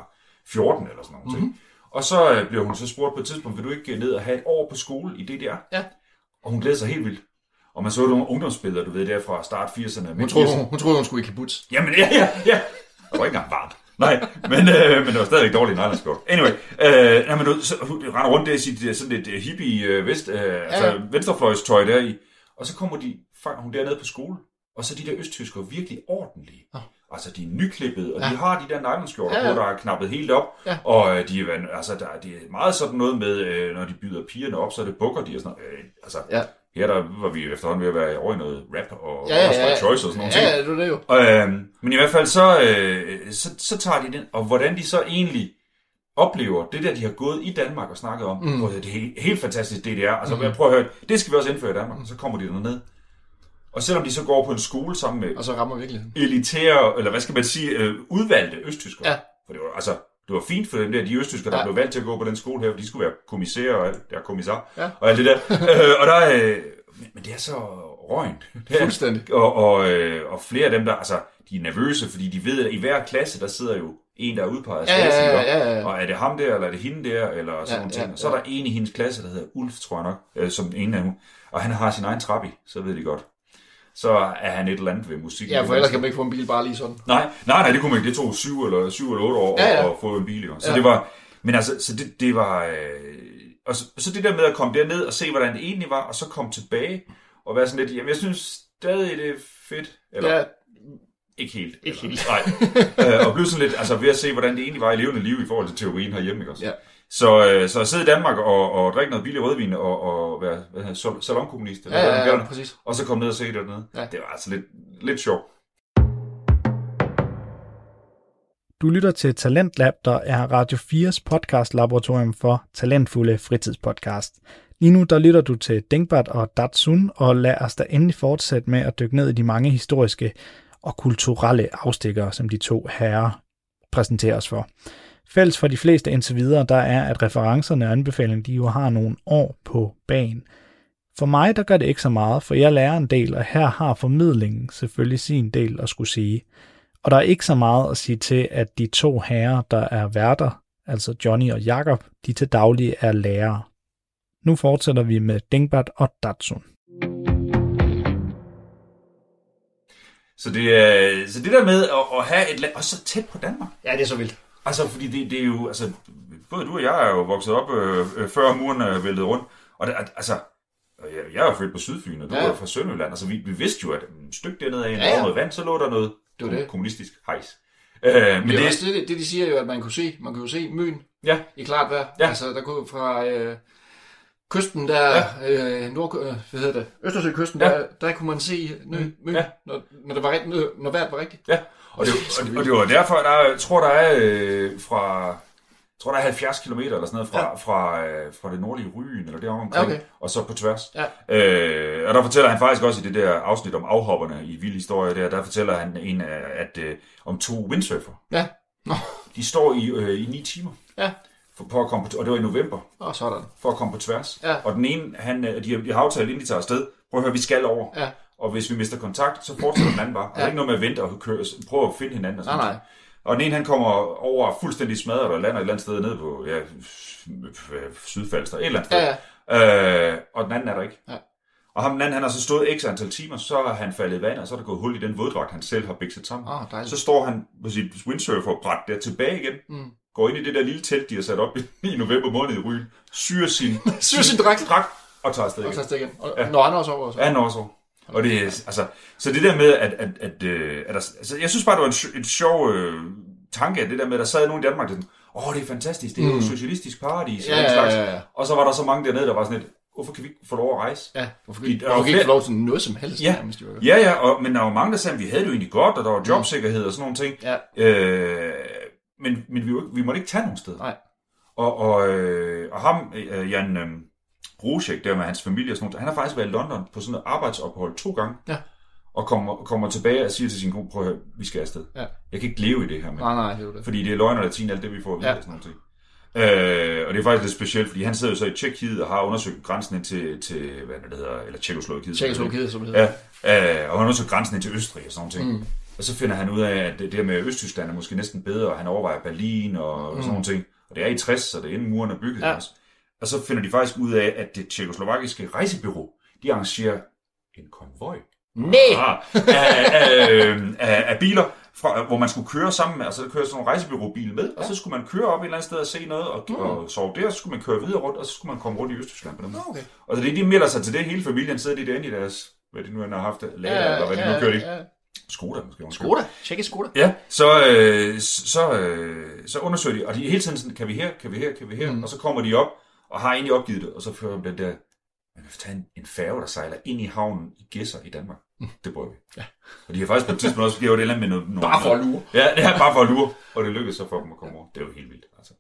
14 eller sådan noget. Mm-hmm. Og så bliver hun så spurgt på et tidspunkt, vil du ikke ned og have et år på skole i DDR? Ja. Og hun glæder sig helt vildt. Og man så nogle ungdomsbilleder, du ved, der fra start 80'erne. Hun troede, hun skulle i kibbutz. Jamen, ja. Det var ikke engang varmt. Nej, men det var stadigvæk dårligt nylonskjort. Anyway, så hun render rundt der i sit sådan lidt hippie venstrefløjstøj der i. Og så kommer hun dernede på skole. Og så de der østtyskere virkelig ordentlige. Altså, de er nyklippede, og de har de der nylonskjorter på, der er knappet helt op. Ja. Og de er meget sådan noget med, når de byder pigerne op, så er det bukker de og sådan noget. Her der var vi efterhånden ved at være over i noget rap og choice og sådan nogle ting. Ja, det er det jo. Men i hvert fald så tager de den, og hvordan de så egentlig oplever det der, de har gået i Danmark og snakket om. Og det er helt fantastisk DDR. Altså, jeg prøver at høre, det skal vi også indføre i Danmark, og så kommer de derned. Og selvom de så går på en skole sammen med og så rammer virkeligheden. Elitære, eller hvad skal man sige, udvalgte østtyskere. Ja. For det var fint for dem der, de østtyskere, der blev valgt til at gå på den skole her, for de skulle være kommissærer og alt, der kommissar, og alt det der. Men det er så røgnt. Fuldstændig. Og flere af dem, der, altså, de er nervøse, fordi de ved, at i hver klasse, der sidder jo en, der er udpeget af klassen. Og er det ham der, eller er det hende der, eller sådan nogle ting. Og så er der en i hendes klasse, der hedder Ulf, tror jeg nok, som en af dem. Og han har sin egen trappe, så ved de godt. Så er han et eller andet ved musik. Ja, for ellers kan man ikke få en bil bare lige sådan. Nej, det kunne man ikke. Det tog 7 eller 8 år at få en bil. Jo. Så det var, men altså, så det var, og så det der med at komme derned og se, hvordan det egentlig var, og så komme tilbage og være sådan lidt, jamen jeg synes stadig, det er fedt. Eller, ikke helt. Nej. Og blive sådan lidt, altså ved at se, hvordan det egentlig var i levende liv i forhold til teorien herhjemme, ikke også? Ja. Så at sidde i Danmark og drikke noget billig rødvin og være salonkommunist, eller præcis. Og så komme ned og se det dernede. Ja. Det var altså lidt sjovt. Du lytter til Talentlab, der er Radio 4's podcast-laboratorium for talentfulde fritidspodcast. Lige nu der lytter du til Dingbert og Datsun, og lad os da endelig fortsætte med at dykke ned i de mange historiske og kulturelle afstikkere, som de to herrer præsenterer os for. Fælles for de fleste indtil videre, der er, at referencerne og anbefalingerne, de jo har nogle år på banen. For mig, der gør det ikke så meget, for jeg lærer en del, og her har formidlingen selvfølgelig sin del at skulle sige. Og der er ikke så meget at sige til, at de to herrer, der er værter, altså Johnny og Jakob, de til daglig er lærere. Nu fortsætter vi med Dingbert og Datsun. Så det der med at have et land, og så tæt på Danmark. Ja, det er så vildt. Altså, fordi det er jo, altså, både du og jeg er jo vokset op, før muren væltede rundt, og det, altså, jeg er jo født på Sydfyn, og du er fra Sønderjylland, altså vi vidste jo, at et stykke dernede af noget vand, så lå der noget kommunistisk hejs. Men det er også det, de siger jo, at man kunne jo se Møn i klart vejr. Ja. Altså, der kunne fra kysten der, Østersøkysten, der kunne man se Møn, når vejret var rigtigt. Ja. Og det var derfor, der tror der er 70 km eller sådan noget fra det nordlige Ryen, eller derovre omkring, og så på tværs. Ja. Og der fortæller han faktisk også i det der afsnit om afhopperne i Vild Historie, der fortæller han om 2 windsurfer. Ja. De står i 9 timer. Ja. For at komme på, og det var i november. Sådan. For at komme på tværs. Ja. Og den ene, de har aftalt, inden de tager afsted, prøv at høre, vi skal over. Ja. Og hvis vi mister kontakt, så fortsætter den anden bare. Og der er ikke noget med at vente og prøve at finde hinanden. Og sådan noget. Og den ene, han kommer over fuldstændig smadret og lander et eller andet sted nede på Sydfalster, et eller andet sted. Ja. Og den anden er der ikke. Ja. Og ham den anden, han har så stået x antal timer, så har han faldet i vand, og så er der gået hul i den våddragt, han selv har bikset sammen. Så står han på sit windsurferbræt der tilbage igen, går ind i det der lille telt, de har sat op i november måned i Ryen, syrer sin dragt og tager afsted igen. Og når han også over. Ja, når også over. Og det altså, så det der med, at altså, jeg synes bare, det var en sjov tanke, at det der med, at der sad nogen i Danmark, der sådan, det er fantastisk, det er jo socialistisk paradis, ja. Og så var der så mange dernede, der var sådan lidt, hvorfor kan vi ikke få lov at rejse? Ja, hvorfor kan vi ikke få lov til noget som helst? Ja, men der var mange, der sagde, at vi havde det jo egentlig godt, og der var jobsikkerhed og sådan nogle ting. Ja. Men vi måtte ikke tage nogen steder. Nej. Og ham, Jan Brusek, der med hans familie og sådan noget, han har faktisk været i London på sådan et arbejdsophold 2 gange. Ja. Og kommer tilbage og siger til sin kone, prøv at høre, vi skal afsted. Ja. Jeg kan ikke leve i det her. Nej, det er det. Fordi det er løgn og latin, alt det vi får at vide. Sådan nogle ting. Og det er faktisk lidt specielt, fordi han sidder jo så i Tjekkiet og har undersøgt grænsen ind til hvad det hedder, eller Tjekkoslovakiet. Tjekkoslovakiet, som det hedder. Ja, og han har undersøgt grænsen ind til Østrig og sådan nogle ting. Og så finder han ud af, at det med Østtyskland er måske næsten bedre, og han overvejer Berlin og sådan nogle ting. Og det er i 60, så det er inden muren er bygget også. Og så finder de faktisk ud af, at det tjekkoslovakiske rejsebureau, de arrangerer en konvoj af biler, hvor man skulle køre sammen med, altså der kører sådan en rejsebureaubil med, og så skulle man køre op et eller andet sted og se noget, og sove der, så skulle man køre videre rundt, og så skulle man komme rundt i Østtyskland på dem. Okay. Og så de melder sig til det, hele familien sidder de derinde i deres, hvad de nu har haft, lager, eller hvad de nu kører i. Skoda måske. Skoda. Tjekke Skoda. Ja, så undersøger de, og de er hele tiden sådan, kan vi her, og så kommer de op, og har egentlig opgivet det, og så fører de den der, man kan tage en færge, der sejler ind i havnen i Gedser i Danmark. Det prøver vi. Ja. Og de har faktisk på et tidspunkt også gjort det eller med noget. Bare for at lure. Ja, det er bare for at lure, og det lykkedes så for dem at komme over. Det er jo helt vildt, altså.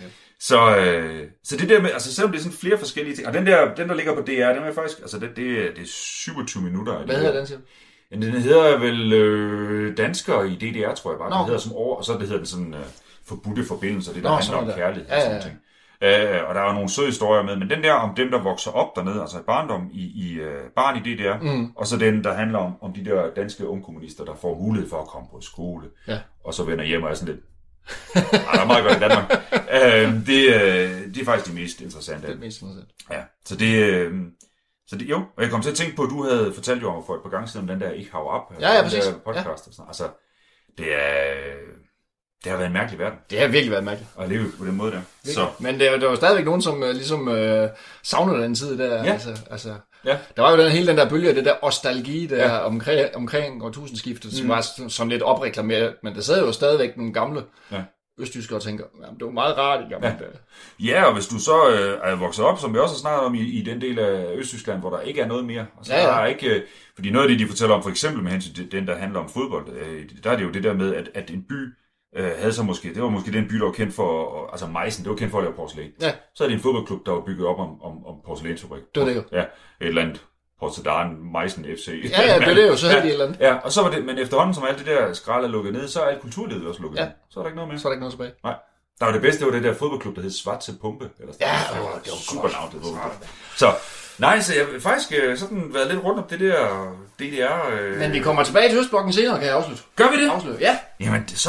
Så det der med, altså selvom det er sådan flere forskellige ting, og den der ligger på DR, den er faktisk, altså det er 27 minutter. Hvad hedder den, siger du? Ja, den hedder vel Danskere i DDR, tror jeg bare. Den hedder som år, og så hedder den sådan forbudte forbindelser, det der handler om kærlighed og sådan ting. Og der er jo nogle søde historier med, men den der om dem, der vokser op dernede, altså barndom barn i DDR, og så den, der handler om de der danske ungkommunister, der får mulighed for at komme på skole, og så vender hjem og er sådan lidt, der er meget godt i Danmark. Det er faktisk de mest interessante. Det er mest interessant. Ja, så det jo, og jeg kom til at tænke på, at du havde fortalt jo for et par gange siden om den der Ikke Hav Op, ja, præcis. podcast og sådan. Altså, det har været en mærkelig verden. Det har virkelig været mærkeligt. At leve på den måde der. Så. Men der var stadigvæk nogen, som savnede den tid der. Ja. Altså, ja. Der var jo hele den der bølge af det der nostalgi der omkring årtusindskiftet, som var sådan lidt opreklameret. Men der sad jo stadigvæk nogle gamle østtyskere og tænker, jamen, det var meget rart i gamle dage. Ja, og hvis du så er vokset op, som vi også har snakket om i den del af Østtyskland, hvor der ikke er noget mere. Altså, der er ikke, fordi noget af det, de fortæller om, for eksempel med hensyn til den, der handler om fodbold, der er det jo det der med, at en by havde så måske, det var måske den by, der var kendt for, altså Meissen, det var kendt for at lave porcelæn. Ja. Så er det en fodboldklub, der var bygget op om porcelænsfabrik. Det var det jo. Ja, et eller andet Porcedan, Meissen FC. Ja, det er det jo, så havde de et eller andet. Ja, og så var det, men efterhånden, som alt det der skrald er lukket ned, så er alt kulturlivet også lukket ned. Så er der ikke noget mere. Så er der ikke noget tilbage. Nej. Der var det bedste, det var det der fodboldklub, der hed Svarte Pumpe. Eller sådan. Det var super navn, det fodboldklub. Så, nej, så jeg vil faktisk sådan været lidt rundt om det der DDR. Men vi kommer tilbage til Østblokken senere, kan jeg afslutte. Gør vi det? Afslutte, ja. Jamen, så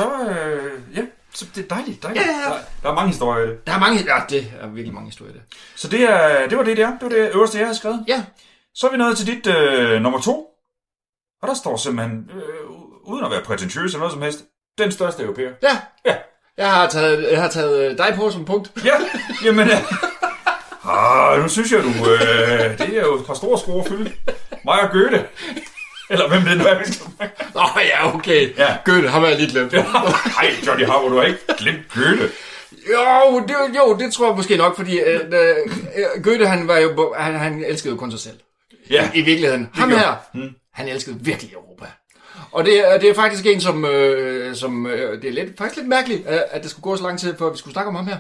det er dejligt. Ja. Der er mange historier i det. Det er virkelig mange historier i det. Så det var DDR. Det var det øverste, jeg havde skrevet. Ja. Så er vi nået til dit nummer 2. Og der står simpelthen, uden at være prætentiøs eller noget som helst, den største europæer. Ja. Jeg har taget dig på som punkt. Ja, jamen... nu synes jeg, det er jo et par store skruer at fylde. Mig og Goethe. Eller hvem det nu er, vi skal snakke. Ja, okay. Ja. Goethe, ham har jeg lige glemt. Nej, Johnny Harbour, du har ikke glemt Goethe. Jo, det tror jeg måske nok, fordi Goethe, han elskede jo kun sig selv. Ja. I virkeligheden. Ham her, han elskede virkelig Europa. Og det er faktisk en, som det er faktisk lidt mærkeligt, at det skulle gå så lang tid, før vi skulle snakke om ham her.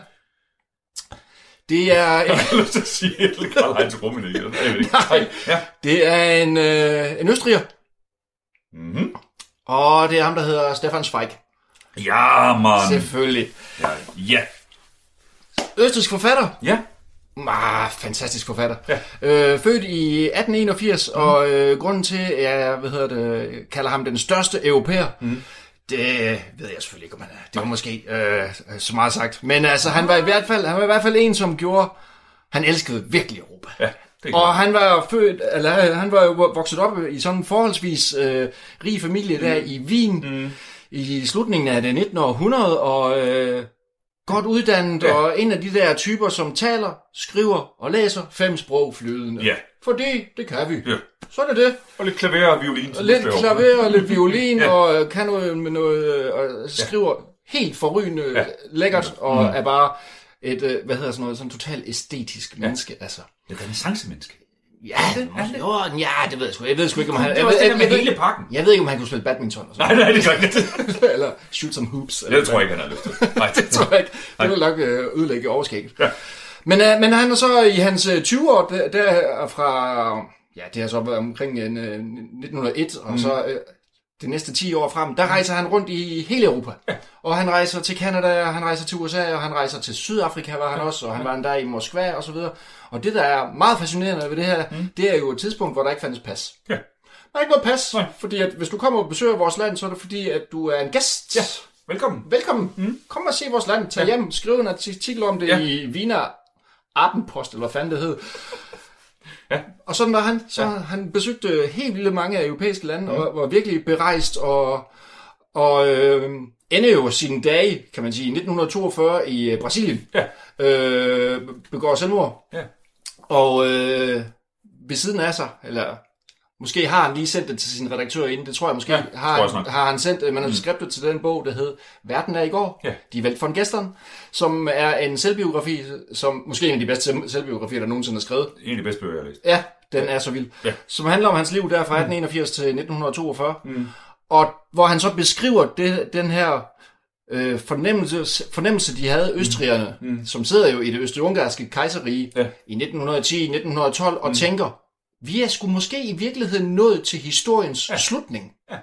Det er... Jeg har lyst til at sige et eller Karl-Heinz Rummenigge. Nej, det er en østriger. Mm-hmm. Og det er ham, der hedder Stefan Zweig. Ja, man. Selvfølgelig. Ja. Østrigsk forfatter. Ja. Fantastisk forfatter. Ja. Født i 1881, og grunden til, at jeg kalder ham den største europæer, det ved jeg selvfølgelig ikke, om han er. Det var måske så meget sagt. Men altså, han var i hvert fald en, som gjorde, han elskede virkelig Europa. Ja, og han var jo vokset op i sådan en forholdsvis rig familie der i Wien i slutningen af det 19. århundrede, og godt uddannet, og en af de der typer, som taler, skriver og læser 5 sprog flydende. Ja. Fordi det kan vi. Ja. Så er det. Og lidt klaver og violin. Og lidt klaver og lidt violin, og kan noget med noget, og skriver helt forrygende lækkert, og er bare et, sådan totalt æstetisk menneske, altså. Et renaissance-menneske. Ja, det ved jeg sgu. Jeg ved sgu ikke, om han... Det var det med hele pakken. Jeg ved ikke, om han kunne spille badminton. Og sådan. Nej, det kan ikke. Eller shoot some hoops. Det tror jeg ikke, han har lyst til. Nej, det tror jeg ikke. Det vil nok udlægge overskægget. Ja. Men han er så i hans 20 år, der fra... Ja, det har så været omkring 1901, og så de næste 10 år frem, der rejser han rundt i hele Europa. Ja. Og han rejser til Canada, og han rejser til USA, og han rejser til Sydafrika, var han også, og han var endda i Moskva, og så videre. Og det, der er meget fascinerende ved det her, det er jo et tidspunkt, hvor der ikke fandtes pas. Ja. Der er ikke noget pas, fordi at hvis du kommer og besøger vores land, så er det fordi, at du er en gæst. Ja, velkommen. Velkommen. Kom og se vores land. Tag hjem, skriv en artikel om det i Wiener Abendpost, eller hvad fanden det hed. Ja. Og sådan var han. Så han besøgte helt vildt mange europæiske lande, og var virkelig berejst, og ender jo sine dage, kan man sige, i 1942 i Brasilien. Ja. Begår selvmord. Ja. Og ved siden af sig, eller måske har han lige sendt det til sin redaktør inden, det tror jeg måske, har han sendt manuskriptet til den bog, der hed Verden er i går, De valgte for en gæsteren, som er en selvbiografi, som måske en af de bedste selvbiografier, der nogensinde er skrevet. En af de bedste bøger, jeg har læst. Ja, den er så vild. Ja. Som handler om hans liv der fra 1881 til 1942, og hvor han så beskriver den her fornemmelse, de havde, østrigerne, som sidder jo i det østrig-ungarske kejserrige i 1910-1912, og tænker, vi er sgu måske i virkeligheden nået til historiens slutning. Ja.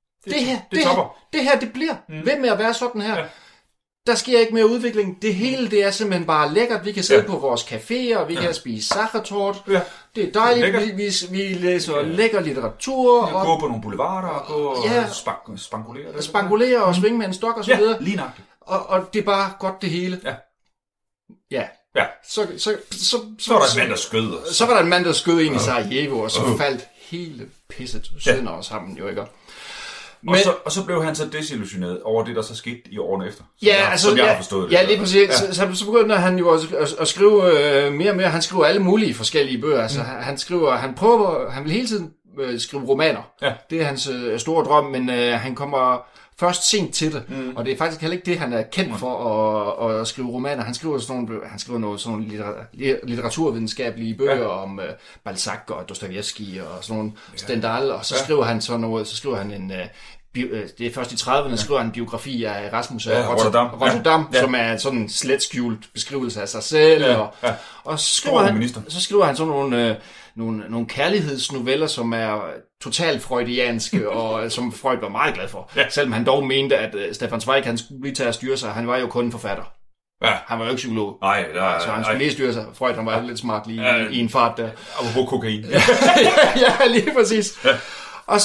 Det her, det bliver ved med at være sådan her. Ja. Der sker ikke mere udvikling. Det hele, det er simpelthen bare lækkert. Vi kan sidde på vores caféer, vi kan spise sachertort. Ja. Det er dejligt. Vi læser lækker litteratur. Og gå på nogle boulevarder og gå og spangulere. Spangulere og svinge med en stok og så videre. Lige nok. Og det er bare godt det hele. Ja. Så var der en mand, der skød os. Så var der en mand, der skød ind i Sarajevo, og så faldt hele pisset sønder os sammen, jo ikke? Men, og så blev han så desillusioneret over det, der så skete i årene efter. Som jeg har forstået det. Ja, lige præcis. Ja. Så begynder han jo at skrive mere og mere. Han skriver alle mulige forskellige bøger. Altså, han vil hele tiden skrive romaner. Ja. Det er hans store drøm, men han kommer først sent til det, og det er faktisk heller ikke det, han er kendt for at skrive romaner. Han skriver sådan nogle litteraturvidenskabelige bøger om Balzac og Dostojevskij og sådan nogle Stendhal, og så skriver han sådan noget, så skriver han en det er først i 30'erne, skriver han en biografi af Erasmus af Rotterdam, som er sådan en slet skjult beskrivelse af sig selv, og så skriver han sådan nogle kærlighedsnoveller, som er totalt freudianske, og som Freud var meget glad for. Ja. Selvom han dog mente, at Stefan Zweig, han skulle lige tage at styre sig. Han var jo kun en forfatter. Ja. Han var jo ikke psykolog. Nej, så han skulle lige styre sig. Freud, han var lidt smart lige i en fart der. Apropos kokain. ja, lige præcis. Ja. Og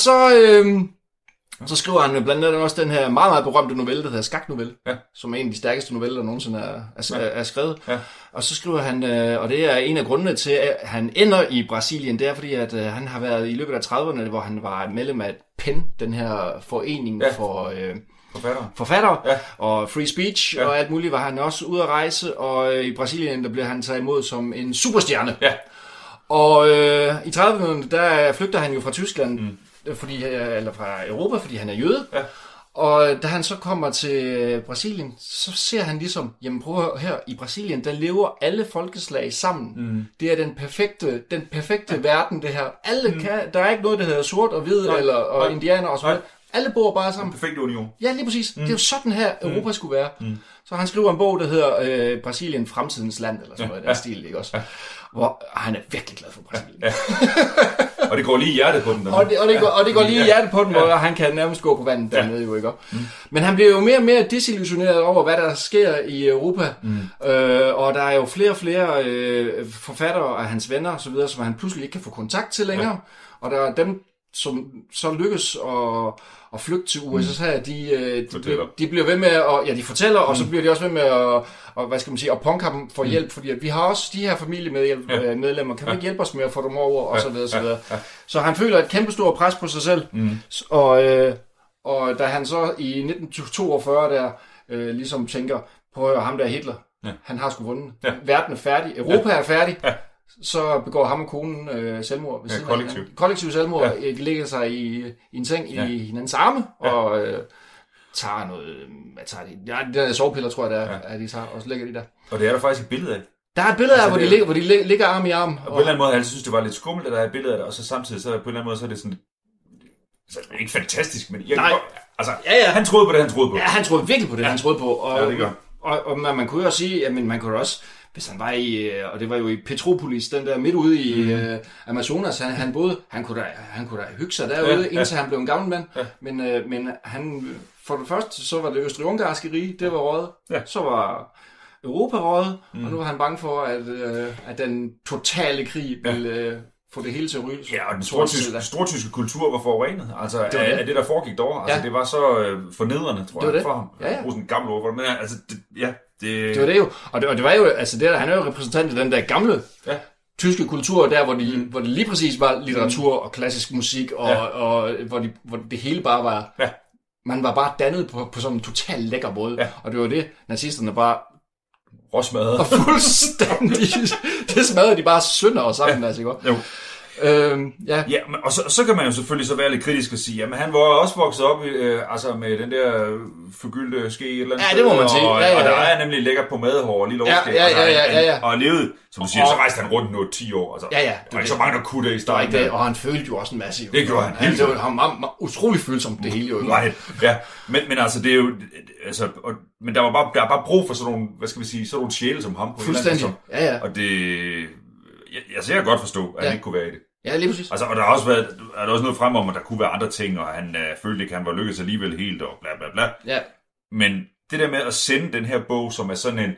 så skriver han blandt andet også den her meget, meget berømte novelle, der hedder Skaknovelle, som er en af de stærkeste noveller, der nogensinde er skrevet. Ja. Og så skriver han, og det er en af grundene til, at han ender i Brasilien, det er fordi, at han har været i løbet af 30'erne, hvor han var medlem af PEN, den her forening for forfattere og free speech og alt muligt, var han også ude at rejse, og i Brasilien, der blev han taget imod som en superstjerne. Ja. Og i 30'erne, der flygter han jo fra Tyskland, eller fra Europa, fordi han er jøde. Ja. Og da han så kommer til Brasilien, så ser han ligesom, jamen prøv her, i Brasilien, der lever alle folkeslag sammen. Det er den perfekte verden, det her. Alle kan, der er ikke noget, der hedder sort og hvid, og indianer og sådan noget. Alle bor bare sammen. Perfekt union. Ja, lige præcis. Det er jo sådan her, Europa skulle være. Så han skriver en bog, der hedder Brasilien, fremtidens land, eller sådan noget i den stil, ikke også? Hvor han er virkelig glad for Brasilien. Og det går lige i hjertet på den. Og det går lige i hjertet på den, og han kan nærmest gå på vandet dernede, jo ikke? Men han bliver jo mere og mere desillusioneret over, hvad der sker i Europa. Og der er jo flere og flere forfattere af hans venner, og så videre, som han pludselig ikke kan få kontakt til længere. Og der er dem, som så lykkes at flygte til USA, de bliver ved med at, de fortæller, og så bliver de også ved med at punke ham for hjælp, fordi at vi har også de her familiemedlemmer, kan vi ikke hjælpe os med at få dem over, og så videre, så videre. Så han føler et kæmpestort pres på sig selv, og da han så i 1942 der ligesom tænker, på ham der Hitler, han har sgu vundet, verden er færdig, Europa er færdig, så begår ham og konen selvmord ved siden af kollektiv selvmord. De ligger sig i en seng i hinandens arme og tager noget. Hvad tager de? Ja, de der sovepiller, tror jeg, de tager, og så ligger de der. Og det er der faktisk et billede af. Der er et billede af, hvor de ligger arm i arm. Og på en eller anden måde, jeg synes, det var lidt skummelt, at der er et billede af det, og så samtidig, så på en eller anden måde, så er det sådan, så er det ikke fantastisk, men han troede på det, han troede på. Ja, han troede virkelig på det, han troede på. Og man kunne jo også sige, at man kunne også, hvis han var i, og det var jo i Petropolis, den der midt ude i Amazonas, han kunne da hygge sig derude, indtil han blev en gammel mand. Ja. Men han, for det første, så var det østrig-ungarske rige, det var røget. Ja. Så var Europa røget, og nu var han bange for, at den totale krig ville få det hele til at ryge. Ja, og den stortyske kultur var forurenet. Altså, af det, der foregik derovre. Altså, det var så fornedrende, tror jeg, for ham. Ja. Bruge sådan en gammel ord. Men altså, det var det jo. Og det var jo, altså, han er jo repræsentant af den der gamle tyske kultur, der hvor det lige præcis var litteratur og klassisk musik, og hvor det hele bare var... Ja. Man var bare dannet på sådan en total lækker måde. Ja. Og det var det, nazisterne bare... råsmadrede. Og fuldstændig... det smadrede de bare sønder og sammen, altså, ikke? Jo. Ja, og så kan man jo selvfølgelig så være lidt kritisk og sige, jamen han var også vokset op altså med den der forgyldte ske et eller andet sted, det må man sige. Og der er nemlig lækker på madhår og lille overskæg. Og levede, som du siger, så rejste han rundt nu 10 år. Altså, der var ikke så mange, der kunne det i starten. Det, og han følte jo også en masse. Det gjorde han. Det var utrolig følsomt, det hele jo. Nej, ja. Men altså, det er jo... Altså, men der er bare brug for sådan nogle, hvad skal vi sige, sådan nogle sjæle som ham. På fuldstændig, ja. Og det... Jeg kan godt forstå, at han ikke kunne være i det. Ja, lige præcis. Altså, og der har også noget frem om, at der kunne være andre ting, og han følte ikke, at han var lykkedes alligevel helt, og bla bla bla. Ja. Men det der med at sende den her bog, som er sådan en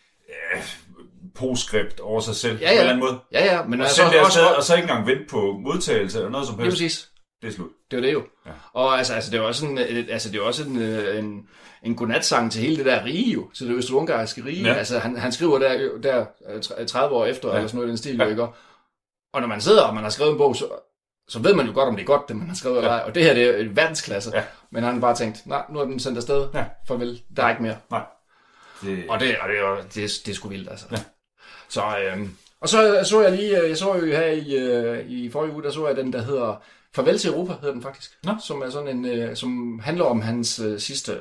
postskript over sig selv, på en eller anden måde. Ja. Men og sende det afsted, og så ikke engang vente på modtagelse, eller noget som helst. Lige præcis. Det er slut. Det var det jo. Ja. Og altså, det var også en godnatsang til hele det der rige jo, til det østrig-ungarske rige. Ja. Altså, han skriver der 30 år efter, eller sådan noget i den stil, jo, ikke? Og når man sidder, og man har skrevet en bog, så ved man jo godt, om det er godt, det man har skrevet eller ej. Og det her, det er et verdensklasse. Ja. Men han har bare tænkt, nej, nu er den sendt afsted. Ja. Farvel, der er ikke mere. Nej. Og det er sgu vildt, altså. Ja. Så, og så jeg lige, jeg så jo her i forrige uge, der så jeg den, der hedder Farvel til Europa, hedder den faktisk. Som er sådan en, som handler om hans sidste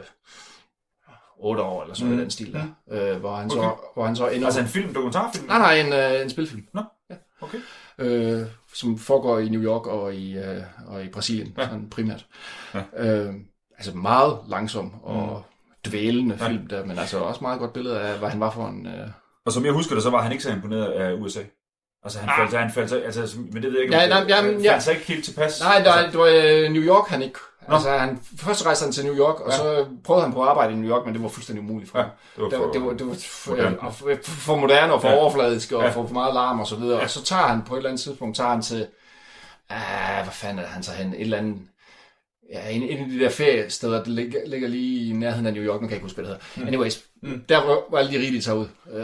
8 år, eller sådan den stil der. Hvor han så ender... Altså en film, dokumentarfilm? Nej, en spilfilm. Nå, ja, okay. Som foregår i New York og i Brasilien, sådan primært. Ja. Altså meget langsom og dvælende film der, men altså også meget godt billede af, hvad han var for en... Og som jeg husker det, så var han ikke så imponeret af USA. Altså han faldt altså, men det ved jeg ikke, han faldt sig ikke helt tilpas. Nej, det var New York, han ikke... Altså, først rejste han til New York, og så prøvede han på at arbejde i New York, men det var fuldstændig umuligt for ham. Det var for moderne og for overfladisk og for meget larm og så videre. Og så tager han på et eller andet tidspunkt til... hvad fanden er han så hen? Et eller andet... Ja, en af de der feriesteder, der ligger lige i nærheden af New York, nu kan jeg ikke huske, hvad det hedder. Anyways, der var alle de rigtige taget ud.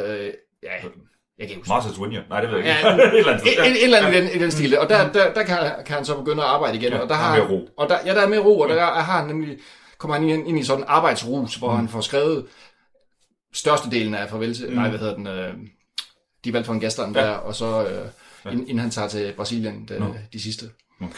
Jeg kan ikke huske. Martha's Vineyard? Nej, det ved jeg ikke. Et eller andet i den stil. Og der kan han så begynde at arbejde igen. Og der har mere ro. Og der er mere ro, og der har han nemlig, kommer han ind i sådan en arbejdsrus, hvor han får skrevet størstedelen af farvel til, de valgte for en gæsteren der, og så inden han tager til Brasilien, de sidste. Okay.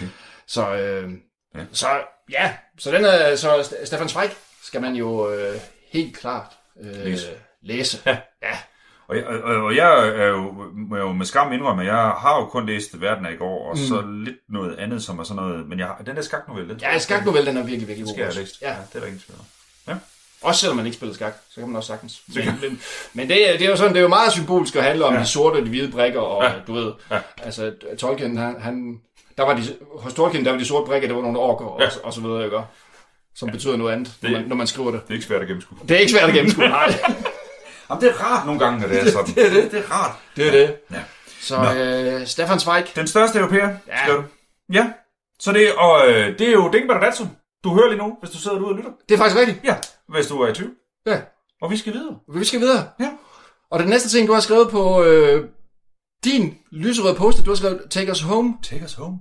Så Stefan Zweig skal man jo helt klart læse. Ja. Og jeg må jo med skam indrømme, at jeg har jo kun læst Verden af i går, og så lidt noget andet, som er sådan noget... Men den der skaknovelle... Ja, skaknovelle, den er virkelig, virkelig god. Skal jeg have læst. Ja, det er der ingen tvivl om. Ja. Også selvom man ikke spiller skak, så kan man også sagtens. Men det er jo sådan, det er jo meget symbolsk at handle om de sorte og de hvide brikker, og du ved... Ja. Altså, Tolkien, han hos Tolkien, der var de sorte brikker, der var nogle orker, og så videre, ikke? Som betyder noget andet, når man skriver det. Det er ikke svært at gennemskue. Det er ikke svært at gennemskue, nej. Jamen, det er rart nogle gange, når det er sådan. Det er rart. Det er det. Ja. Så Stefan Zweig. Den største europæer, skriver du. Ja. Så det er jo Dingbat og Datsun. Du hører lige nu, hvis du sidder ude og lytter. Det er faktisk rigtigt. Ja, hvis du er i tvivl. Ja. Og vi skal videre. Ja. Og den næste ting, du har skrevet på din lyserøde post, du har skrevet Take Us Home. Take Us Home.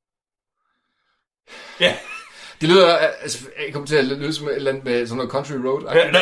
Ja. Det lyder, altså, jeg kommer til at lyde som et eller andet med sådan noget country road. Ja,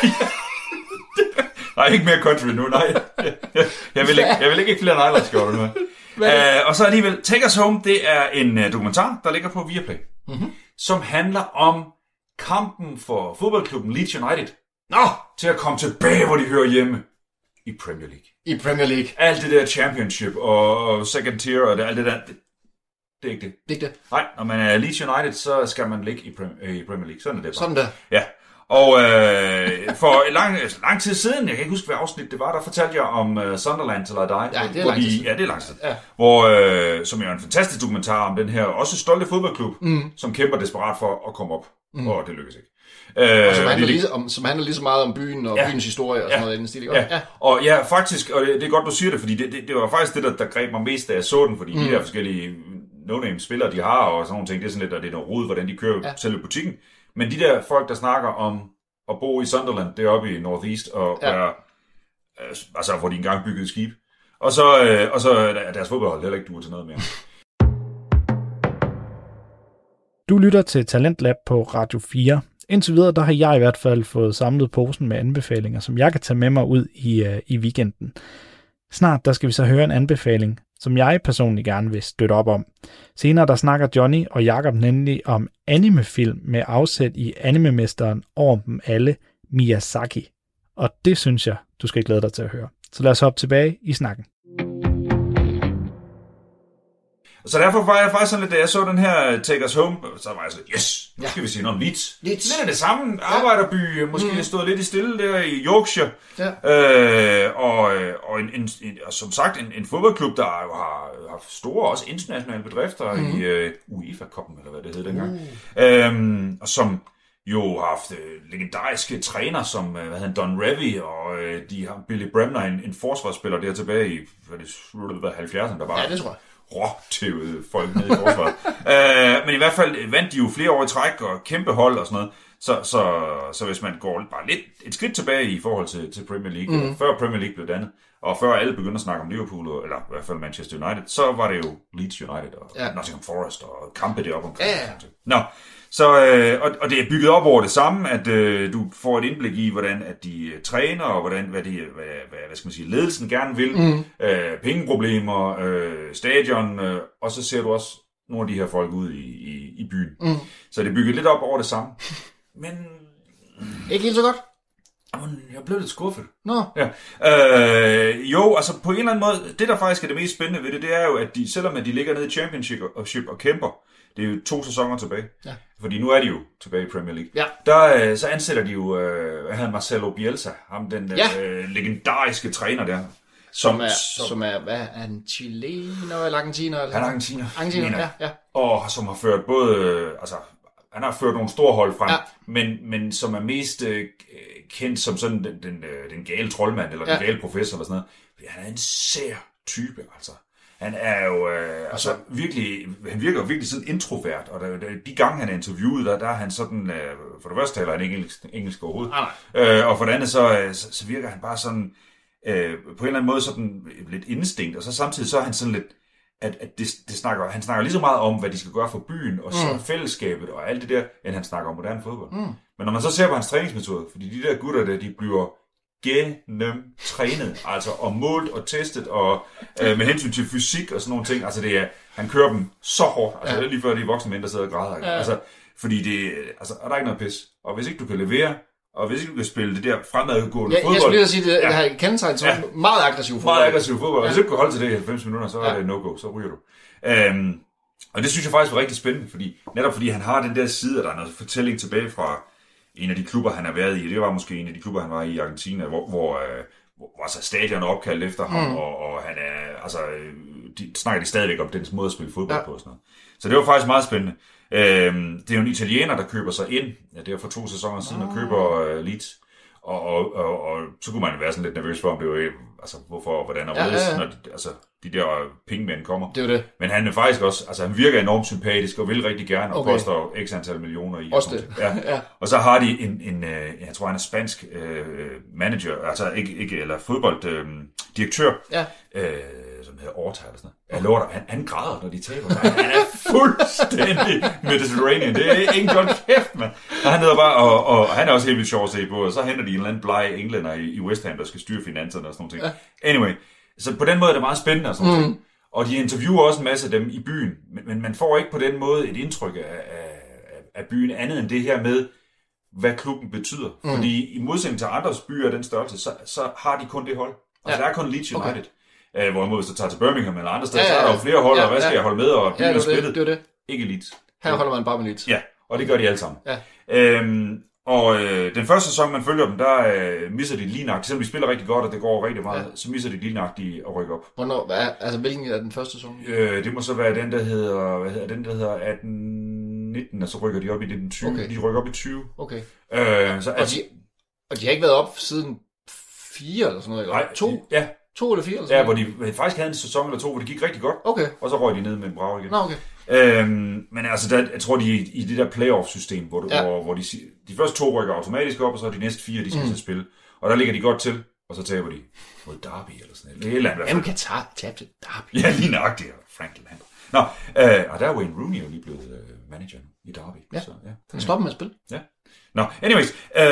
nej, ikke mere country nu, nej. Jeg vil ikke flere nejlerskjorter nu. Og så alligevel, Take Us Home, det er en dokumentar, der ligger på Viaplay, som handler om kampen for fodboldklubben Leeds United til at komme tilbage, hvor de hører hjemme i Premier League. Alt det der championship og second tier og alt det der, det er ikke det. Det er ikke det. Nej, når man er Leeds United, så skal man ligge i Premier League. Sådan er det bare. Sådan der. Ja. Og for lang tid siden, jeg kan ikke huske, hvad afsnit det var, der fortalte jeg om Sunderland Till I Die. Ja, det er lang tid siden. Ja, det er lang tid. Ja. Hvor, som er en fantastisk dokumentar om den her også stolte fodboldklub, som kæmper desperat for at komme op. Og det lykkedes ikke. Som handler lige så meget om byen og byens historie og sådan noget i den stil. Ja. Og ja, faktisk, og det er godt, du siger det, fordi det var faktisk det, der greb mig mest, da jeg så den, fordi de der forskellige no-name spillere, de har, og sådan nogle ting, det er sådan lidt, og det er noget rod, hvordan de kører selve butikken. Men de der folk, der snakker om at bo i Sunderland, deroppe i Northeast, og altså, hvor de engang byggede skib. Og så er deres fodboldhold heller ikke duer til noget mere. Du lytter til Talentlab på Radio 4. Indtil videre, der har jeg i hvert fald fået samlet posen med anbefalinger, som jeg kan tage med mig ud i weekenden. Snart, der skal vi så høre en anbefaling, som jeg personligt gerne vil støtte op om. Senere, der snakker Johnny og Jakob nemlig om animefilm med afsæt i animemesteren over dem alle, Miyazaki. Og det synes jeg, du skal glæde dig til at høre. Så lad os hoppe tilbage i snakken. Så derfor var jeg faktisk sådan lidt, da jeg så den her Take Us Home, så var jeg sådan, yes, nu skal vi se noget om Leeds. Lidt af det samme, arbejderby, måske stået lidt i stille der i Yorkshire. Ja. Og som sagt, en fodboldklub, der jo har store, også internationale bedrifter i UEFA-koppen, eller hvad det hed dengang. Og som jo har haft legendariske træner, som Don Revy, og de har Billy Bremner, en forsvarsspiller der tilbage i 70'erne, der var. Ja, det tror jeg. Råtævede folk nede i forsvaret. Men i hvert fald vandt de jo flere år i træk og kæmpe hold og sådan noget. Så hvis man går bare lidt et skridt tilbage i forhold til Premier League, før Premier League blev dannet, og før alle begyndte at snakke om Liverpool, eller i hvert fald Manchester United, så var det jo Leeds United og Nottingham Forest og kampe deroppe omkring. Nå, så, og det er bygget op over det samme, at du får et indblik i, hvordan at de træner, og hvad skal man sige, ledelsen gerne vil, pengeproblemer, stadion, og så ser du også nogle af de her folk ud i byen. Så det er bygget lidt op over det samme. Men ikke helt så godt. Jeg blev lidt skuffet. Nå. Ja. Jo, altså på en eller anden måde, det der faktisk er det mest spændende ved det er jo, at selvom at de ligger nede i Championship og kæmper, det er jo 2 sæsoner tilbage. Ja. Fordi nu er de jo tilbage i Premier League. Ja. Der så ansætter de jo Marcelo Bielsa, ham den legendariske træner der. Som er, hvad er han, chilener eller argentiner? Eller? Han er argentiner. Ja. Og som har ført både, han har ført nogle store hold frem, men som er mest kendt som sådan den gale troldmand, eller den gale professor, eller sådan noget. Fordi han er en sær type, altså. Han er jo virkelig, han virker virkelig sådan introvert, og de gange han er interviewet, der er han sådan, for det første taler han ikke engelsk overhovedet, og for det andet så virker han bare sådan, på en eller anden måde sådan lidt instinkt, og så samtidig så er han sådan lidt, at han snakker lige så meget om, hvad de skal gøre for byen, og så fællesskabet, og alt det der, end han snakker om moderne fodbold. Men når man så ser på hans træningsmetode, fordi de der gutter der, de bliver gennemtrænet, altså og målt og testet, og med hensyn til fysik og sådan nogle ting, altså han kører dem så hårdt, altså det er lige før de voksne mænd, der sidder og græder, altså, fordi er der ikke noget pis, og hvis ikke du kan levere, og hvis ikke du kan spille det der fremadgående fodbold... Jeg skulle lige sige, det har kendetegnet som meget aggressiv fodbold. Meget aggressiv fodbold, og hvis ikke du kan holde til det i 90 minutter, så er det no-go, så ryger du. Og det synes jeg faktisk var rigtig spændende, fordi han har den der side, og der er noget fortælling tilbage fra en af de klubber, han har været i. Det var måske en af de klubber, han var i Argentina, hvor altså stadion er opkaldt efter ham, og han er, altså, snakker de stadigvæk om den måde at spille fodbold på og sådan noget. Så det var faktisk meget spændende. Det er jo en italiener, der køber sig ind, det er for 2 sæsoner siden, og køber Leeds. Og så kunne man være sådan lidt nervøs for, om det var, altså hvorfor, hvordan og hvorledes, når de der pengemænd kommer. Det er det. Men han er faktisk også, altså han virker enormt sympatisk og vil rigtig gerne, og koster x antal millioner i. Også det. Ja. Og så har de en jeg tror han er spansk manager, altså ikke eller fodbolddirektør, som hedder Orta eller sådan noget. Jeg lover dig, han græder, når de taber. Han er fuldstændig Mediterranean. Det er ingen godt kæft, mand. Og han hedder bare, og han er også helt vildt sjov at se på, og så henter de en eller anden bleg englænder i West Ham, der skal styre finanserne og sådan noget. Ja. Anyway, så på den måde er det meget spændende og sådan noget. Og de interviewer også en masse af dem i byen, men man får ikke på den måde et indtryk af byen andet end det her med, hvad klubben betyder. Fordi i modsætning til andres byer af den størrelse, så har de kun det hold. Altså der er kun Leeds United. Okay. Hvorimod hvis du tager til Birmingham eller andre steder, så er der jo flere hold, og hvad skal jeg holde med, og byen er splittet. Det. Ikke Leeds. Her holder man bare med Leeds. Ja, og det gør de alle sammen. Ja. Den første sæson, man følger dem, der misser de lige nøjagtigt. Selvom de spiller rigtig godt, og det går rigtig meget, så misser de lige nøjagtigt at rykke op. Hvornår, hvilken er den første sæson? Det må så være den, der hedder 18... 19, og så rykker de op i 1920. Okay. De rykker op i 20. Okay. Så, Og de har ikke været op siden 4 eller sådan noget, eller 2? Ja. 2 eller 4 eller sådan Ja, hvor de faktisk havde en sæson eller 2, hvor det gik rigtig godt. Okay. Og så røg de ned med en brag igen. Nå, okay. Men altså, jeg tror, de er i det der playoff-system, hvor de første 2 rykker automatisk op, og så er de næste 4, de skal til spil. Og der ligger de godt til, og så taber de mod Derby eller sådan noget. Hvem kan tabe til Derby? Ja, lige nøjagtigt. Frank Lampard. Nå, og der er Wayne Rooney jo lige blevet manager i Derby. Ja, så, ja. Han stopper med at spille. Ja. Nå, anyways.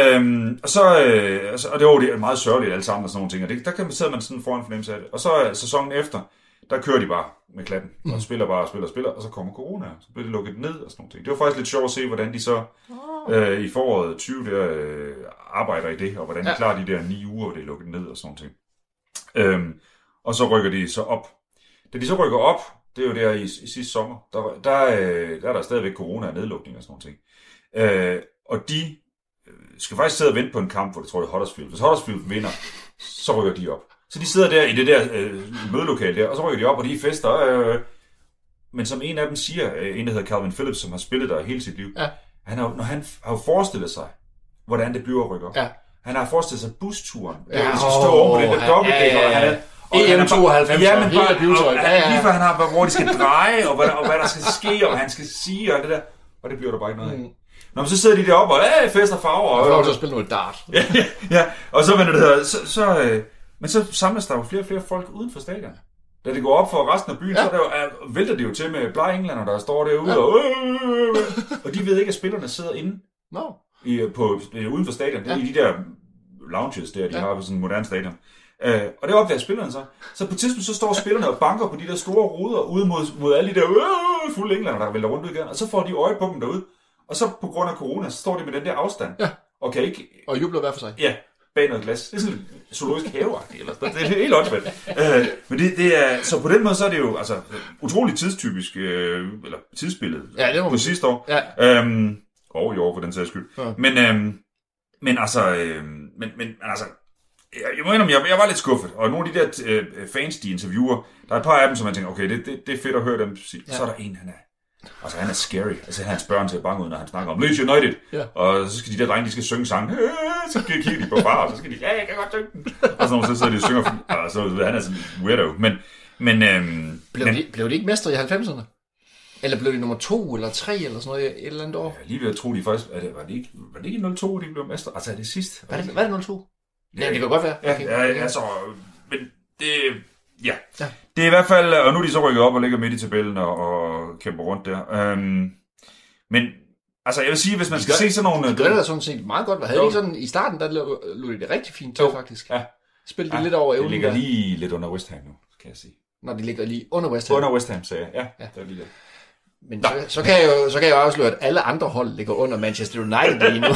Og det er meget sørgeligt alt sammen og sådan nogle ting. Og der sidder man sådan foran fornemmelse af det. Og så sæsonen efter, der kører de bare med klappen. Og spiller, og så kommer corona. Så bliver det lukket ned og sådan nogle ting. Det var faktisk lidt sjovt at se, hvordan de så i foråret 20 der arbejder i det. Og hvordan de klarer de der 9 uger, hvor det er lukket ned og sådan nogle ting. Og så rykker de så op. Da de så rykker op, det er jo der i sidste sommer, der er der stadigvæk corona og nedlukning og sådan nogle ting. Og de skal faktisk sidde og vente på en kamp, hvor det tror jeg Huddersfield. Hvis Huddersfield vinder, så rykker de op. Så de sidder der i det der mødelokale der, og så rykker de op, og de er fester. Men som en af dem siger, en der hedder Calvin Phillips, som har spillet der hele sit liv, han har jo forestillet sig, hvordan det bliver at rykke op. Ja. Han har forestillet sig busturen, der de skal stå over på den der dobbeltdækker, EM92, helt bivtøj. Lige før han har, hvor de skal dreje, og hvad der skal ske, og hvad han skal sige, og det der. Og det bliver der bare ikke noget af. Når man så sidder de deroppe, og fester farver. Og får lov til at spille noget dart. ja. Og så vender det her. Men så samles der jo flere og flere folk uden for stadion. Da det går op for resten af byen, så vælter det jo til med blege englænder, der står derude, og de ved ikke, at spillerne sidder inde uden for stadion. Det er i de der lounges der, de har på sådan en moderne stadion. Og det opdager spillerne så. Så på tidspunkt så står spillerne og banker på de der store ruder ude mod alle de der fulde englænder, der vælter rundt ud igen. Og så får de øje på dem derude. Og så på grund af corona, så står de med den der afstand. Ja. Og kan ikke... Og jubler hver for sig. Ja, bag noget glas. Det er sådan zoologisk haveagtigt. Eller sådan. Det er helt åndssvagt. Men det er... Så på den måde, så er det jo altså utroligt tidstypisk, eller tidsbilledet. Ja, det var på sidste år. Ja. Og i år, for den sags skyld. Ja. Men altså... Jeg må indrømme, jeg var lidt skuffet, og nogle af de der fans, de interviewer, der er et par af dem, som man tænker, okay, det er fedt at høre dem sige. Ja. Så er der en, han er scary. Altså hans børn til at bange ud, når han snakker om Leeds United. Ja. Og så skal de der drenge, de skal synge sangen. Så kigger de på far, og så skal de, jeg kan godt synge den. Og så sidder de og synger, og så han er sådan en weirdo. Men blev de ikke mestre i 90'erne? Eller blev de nummer 2 eller 3 eller sådan noget et eller andet år? Ja, lige ved at tro, de faktisk... Var det ikke 0-2, de blev mestre? Altså er det sidst? Var det 0-2? Ja, det kan godt være. Okay. Ja, altså... Men det... Ja. Det er i hvert fald... Og nu er de så rykket op og ligger midt i tabellen og kæmper rundt der. Men... Altså, jeg vil sige, hvis man skal se sådan nogle... Det gør det da sådan set meget godt. Havde de ikke sådan... I starten, der lå det rigtig fint til, faktisk. Ja. Spillede de lidt over evnen. Det ligger lige lidt under West Ham nu, kan jeg sige. Når de ligger lige under West Ham? Under West Ham, sagde jeg. Ja. Det er lige det. Men så kan jeg jo afsløre, at alle andre hold ligger under Manchester United lige nu.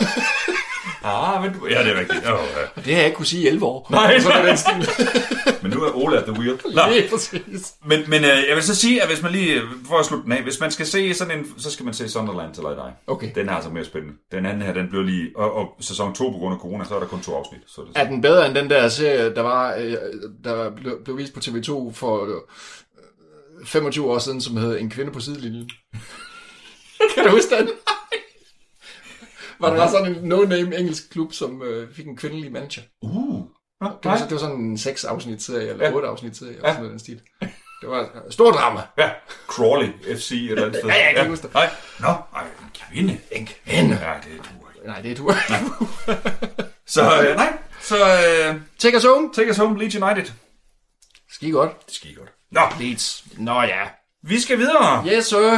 Men ja, det er rigtigt. Ja. Det har jeg ikke kunne sige i 11 år. Nej. Men nu er Ole at the wheel. Lige præcis. Men jeg vil så sige, at hvis man lige, for at slutte den af, hvis man skal se sådan en, så skal man se Sunderland til dig. Okay. Den er altså mere spændende. Den anden her, den blev lige, og sæson 2 på grund af corona, så er der kun 2 afsnit. Så er den bedre end den der serie, der blev vist på TV2 for 25 år siden, som hedder En kvinde på sidelinjen? Kan du huske den? Var sådan en no-name engelsk klub, som fik en kvindelig manager. Det var sådan en 6 afsnit serie, eller 8 afsnit serie, eller sådan noget den stil. Det var stor drama. Ja, Crawley FC eller andet sted. Ja, jeg kan huske det. Nej, en kvinde. En kvinde. Ja, det er du. Nej, det er du. Så Take us home. Take us home, Leeds United. Skide godt. Det skide godt. Nå, Leeds. Nå ja. Vi skal videre. Yes, sir.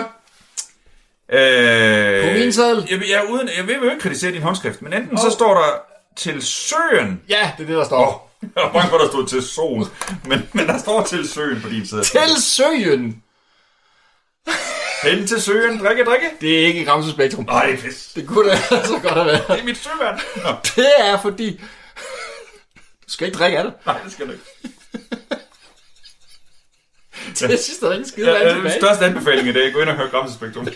På min seddel. Jeg vil jo ikke kritisere din håndskrift, men enten så står der til søen. Ja, det er det, der står. Jeg var bange for, der stod til solen, men der står til søen på din seddel. Til søen. Hen til søen, drikke. Det er ikke i Ramse Spektrum. Nej, det er pis. Det kunne det så godt have været. Det er mit søvand. Det er fordi... Du skal ikke drikke af det. Nej, det skal du ikke. Det synes jeg, der er ikke skide vand tilbage. Største anbefaling i dag, gå ind og høre Ramse Spektrum.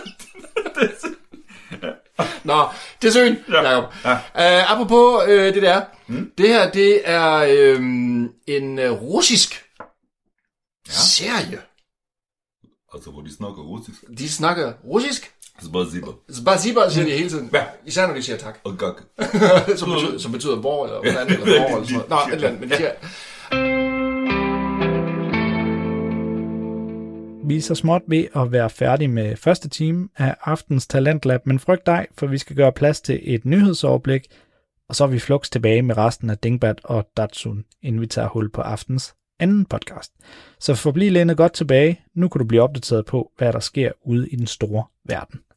Nå, til søen, Jacob. Ja. Apropos det der. Det her, det er en russisk serie. Altså, hvor de snakker russisk? De snakker russisk. Spasiba siger de hele tiden. Ja. Især når de siger tak. Og gok. som betyder hvor, eller hvordan, eller hvor, eller sådan noget. Nå, et eller andet, men de siger... Vi er så småt ved at være færdige med første time af aftens Talentlab, men frygt dig, for vi skal gøre plads til et nyhedsoverblik, og så er vi fluks tilbage med resten af Dingbat og Datsun, inden vi tager hul på aftens anden podcast. Så forbliv lænet godt tilbage. Nu kan du blive opdateret på, hvad der sker ude i den store verden.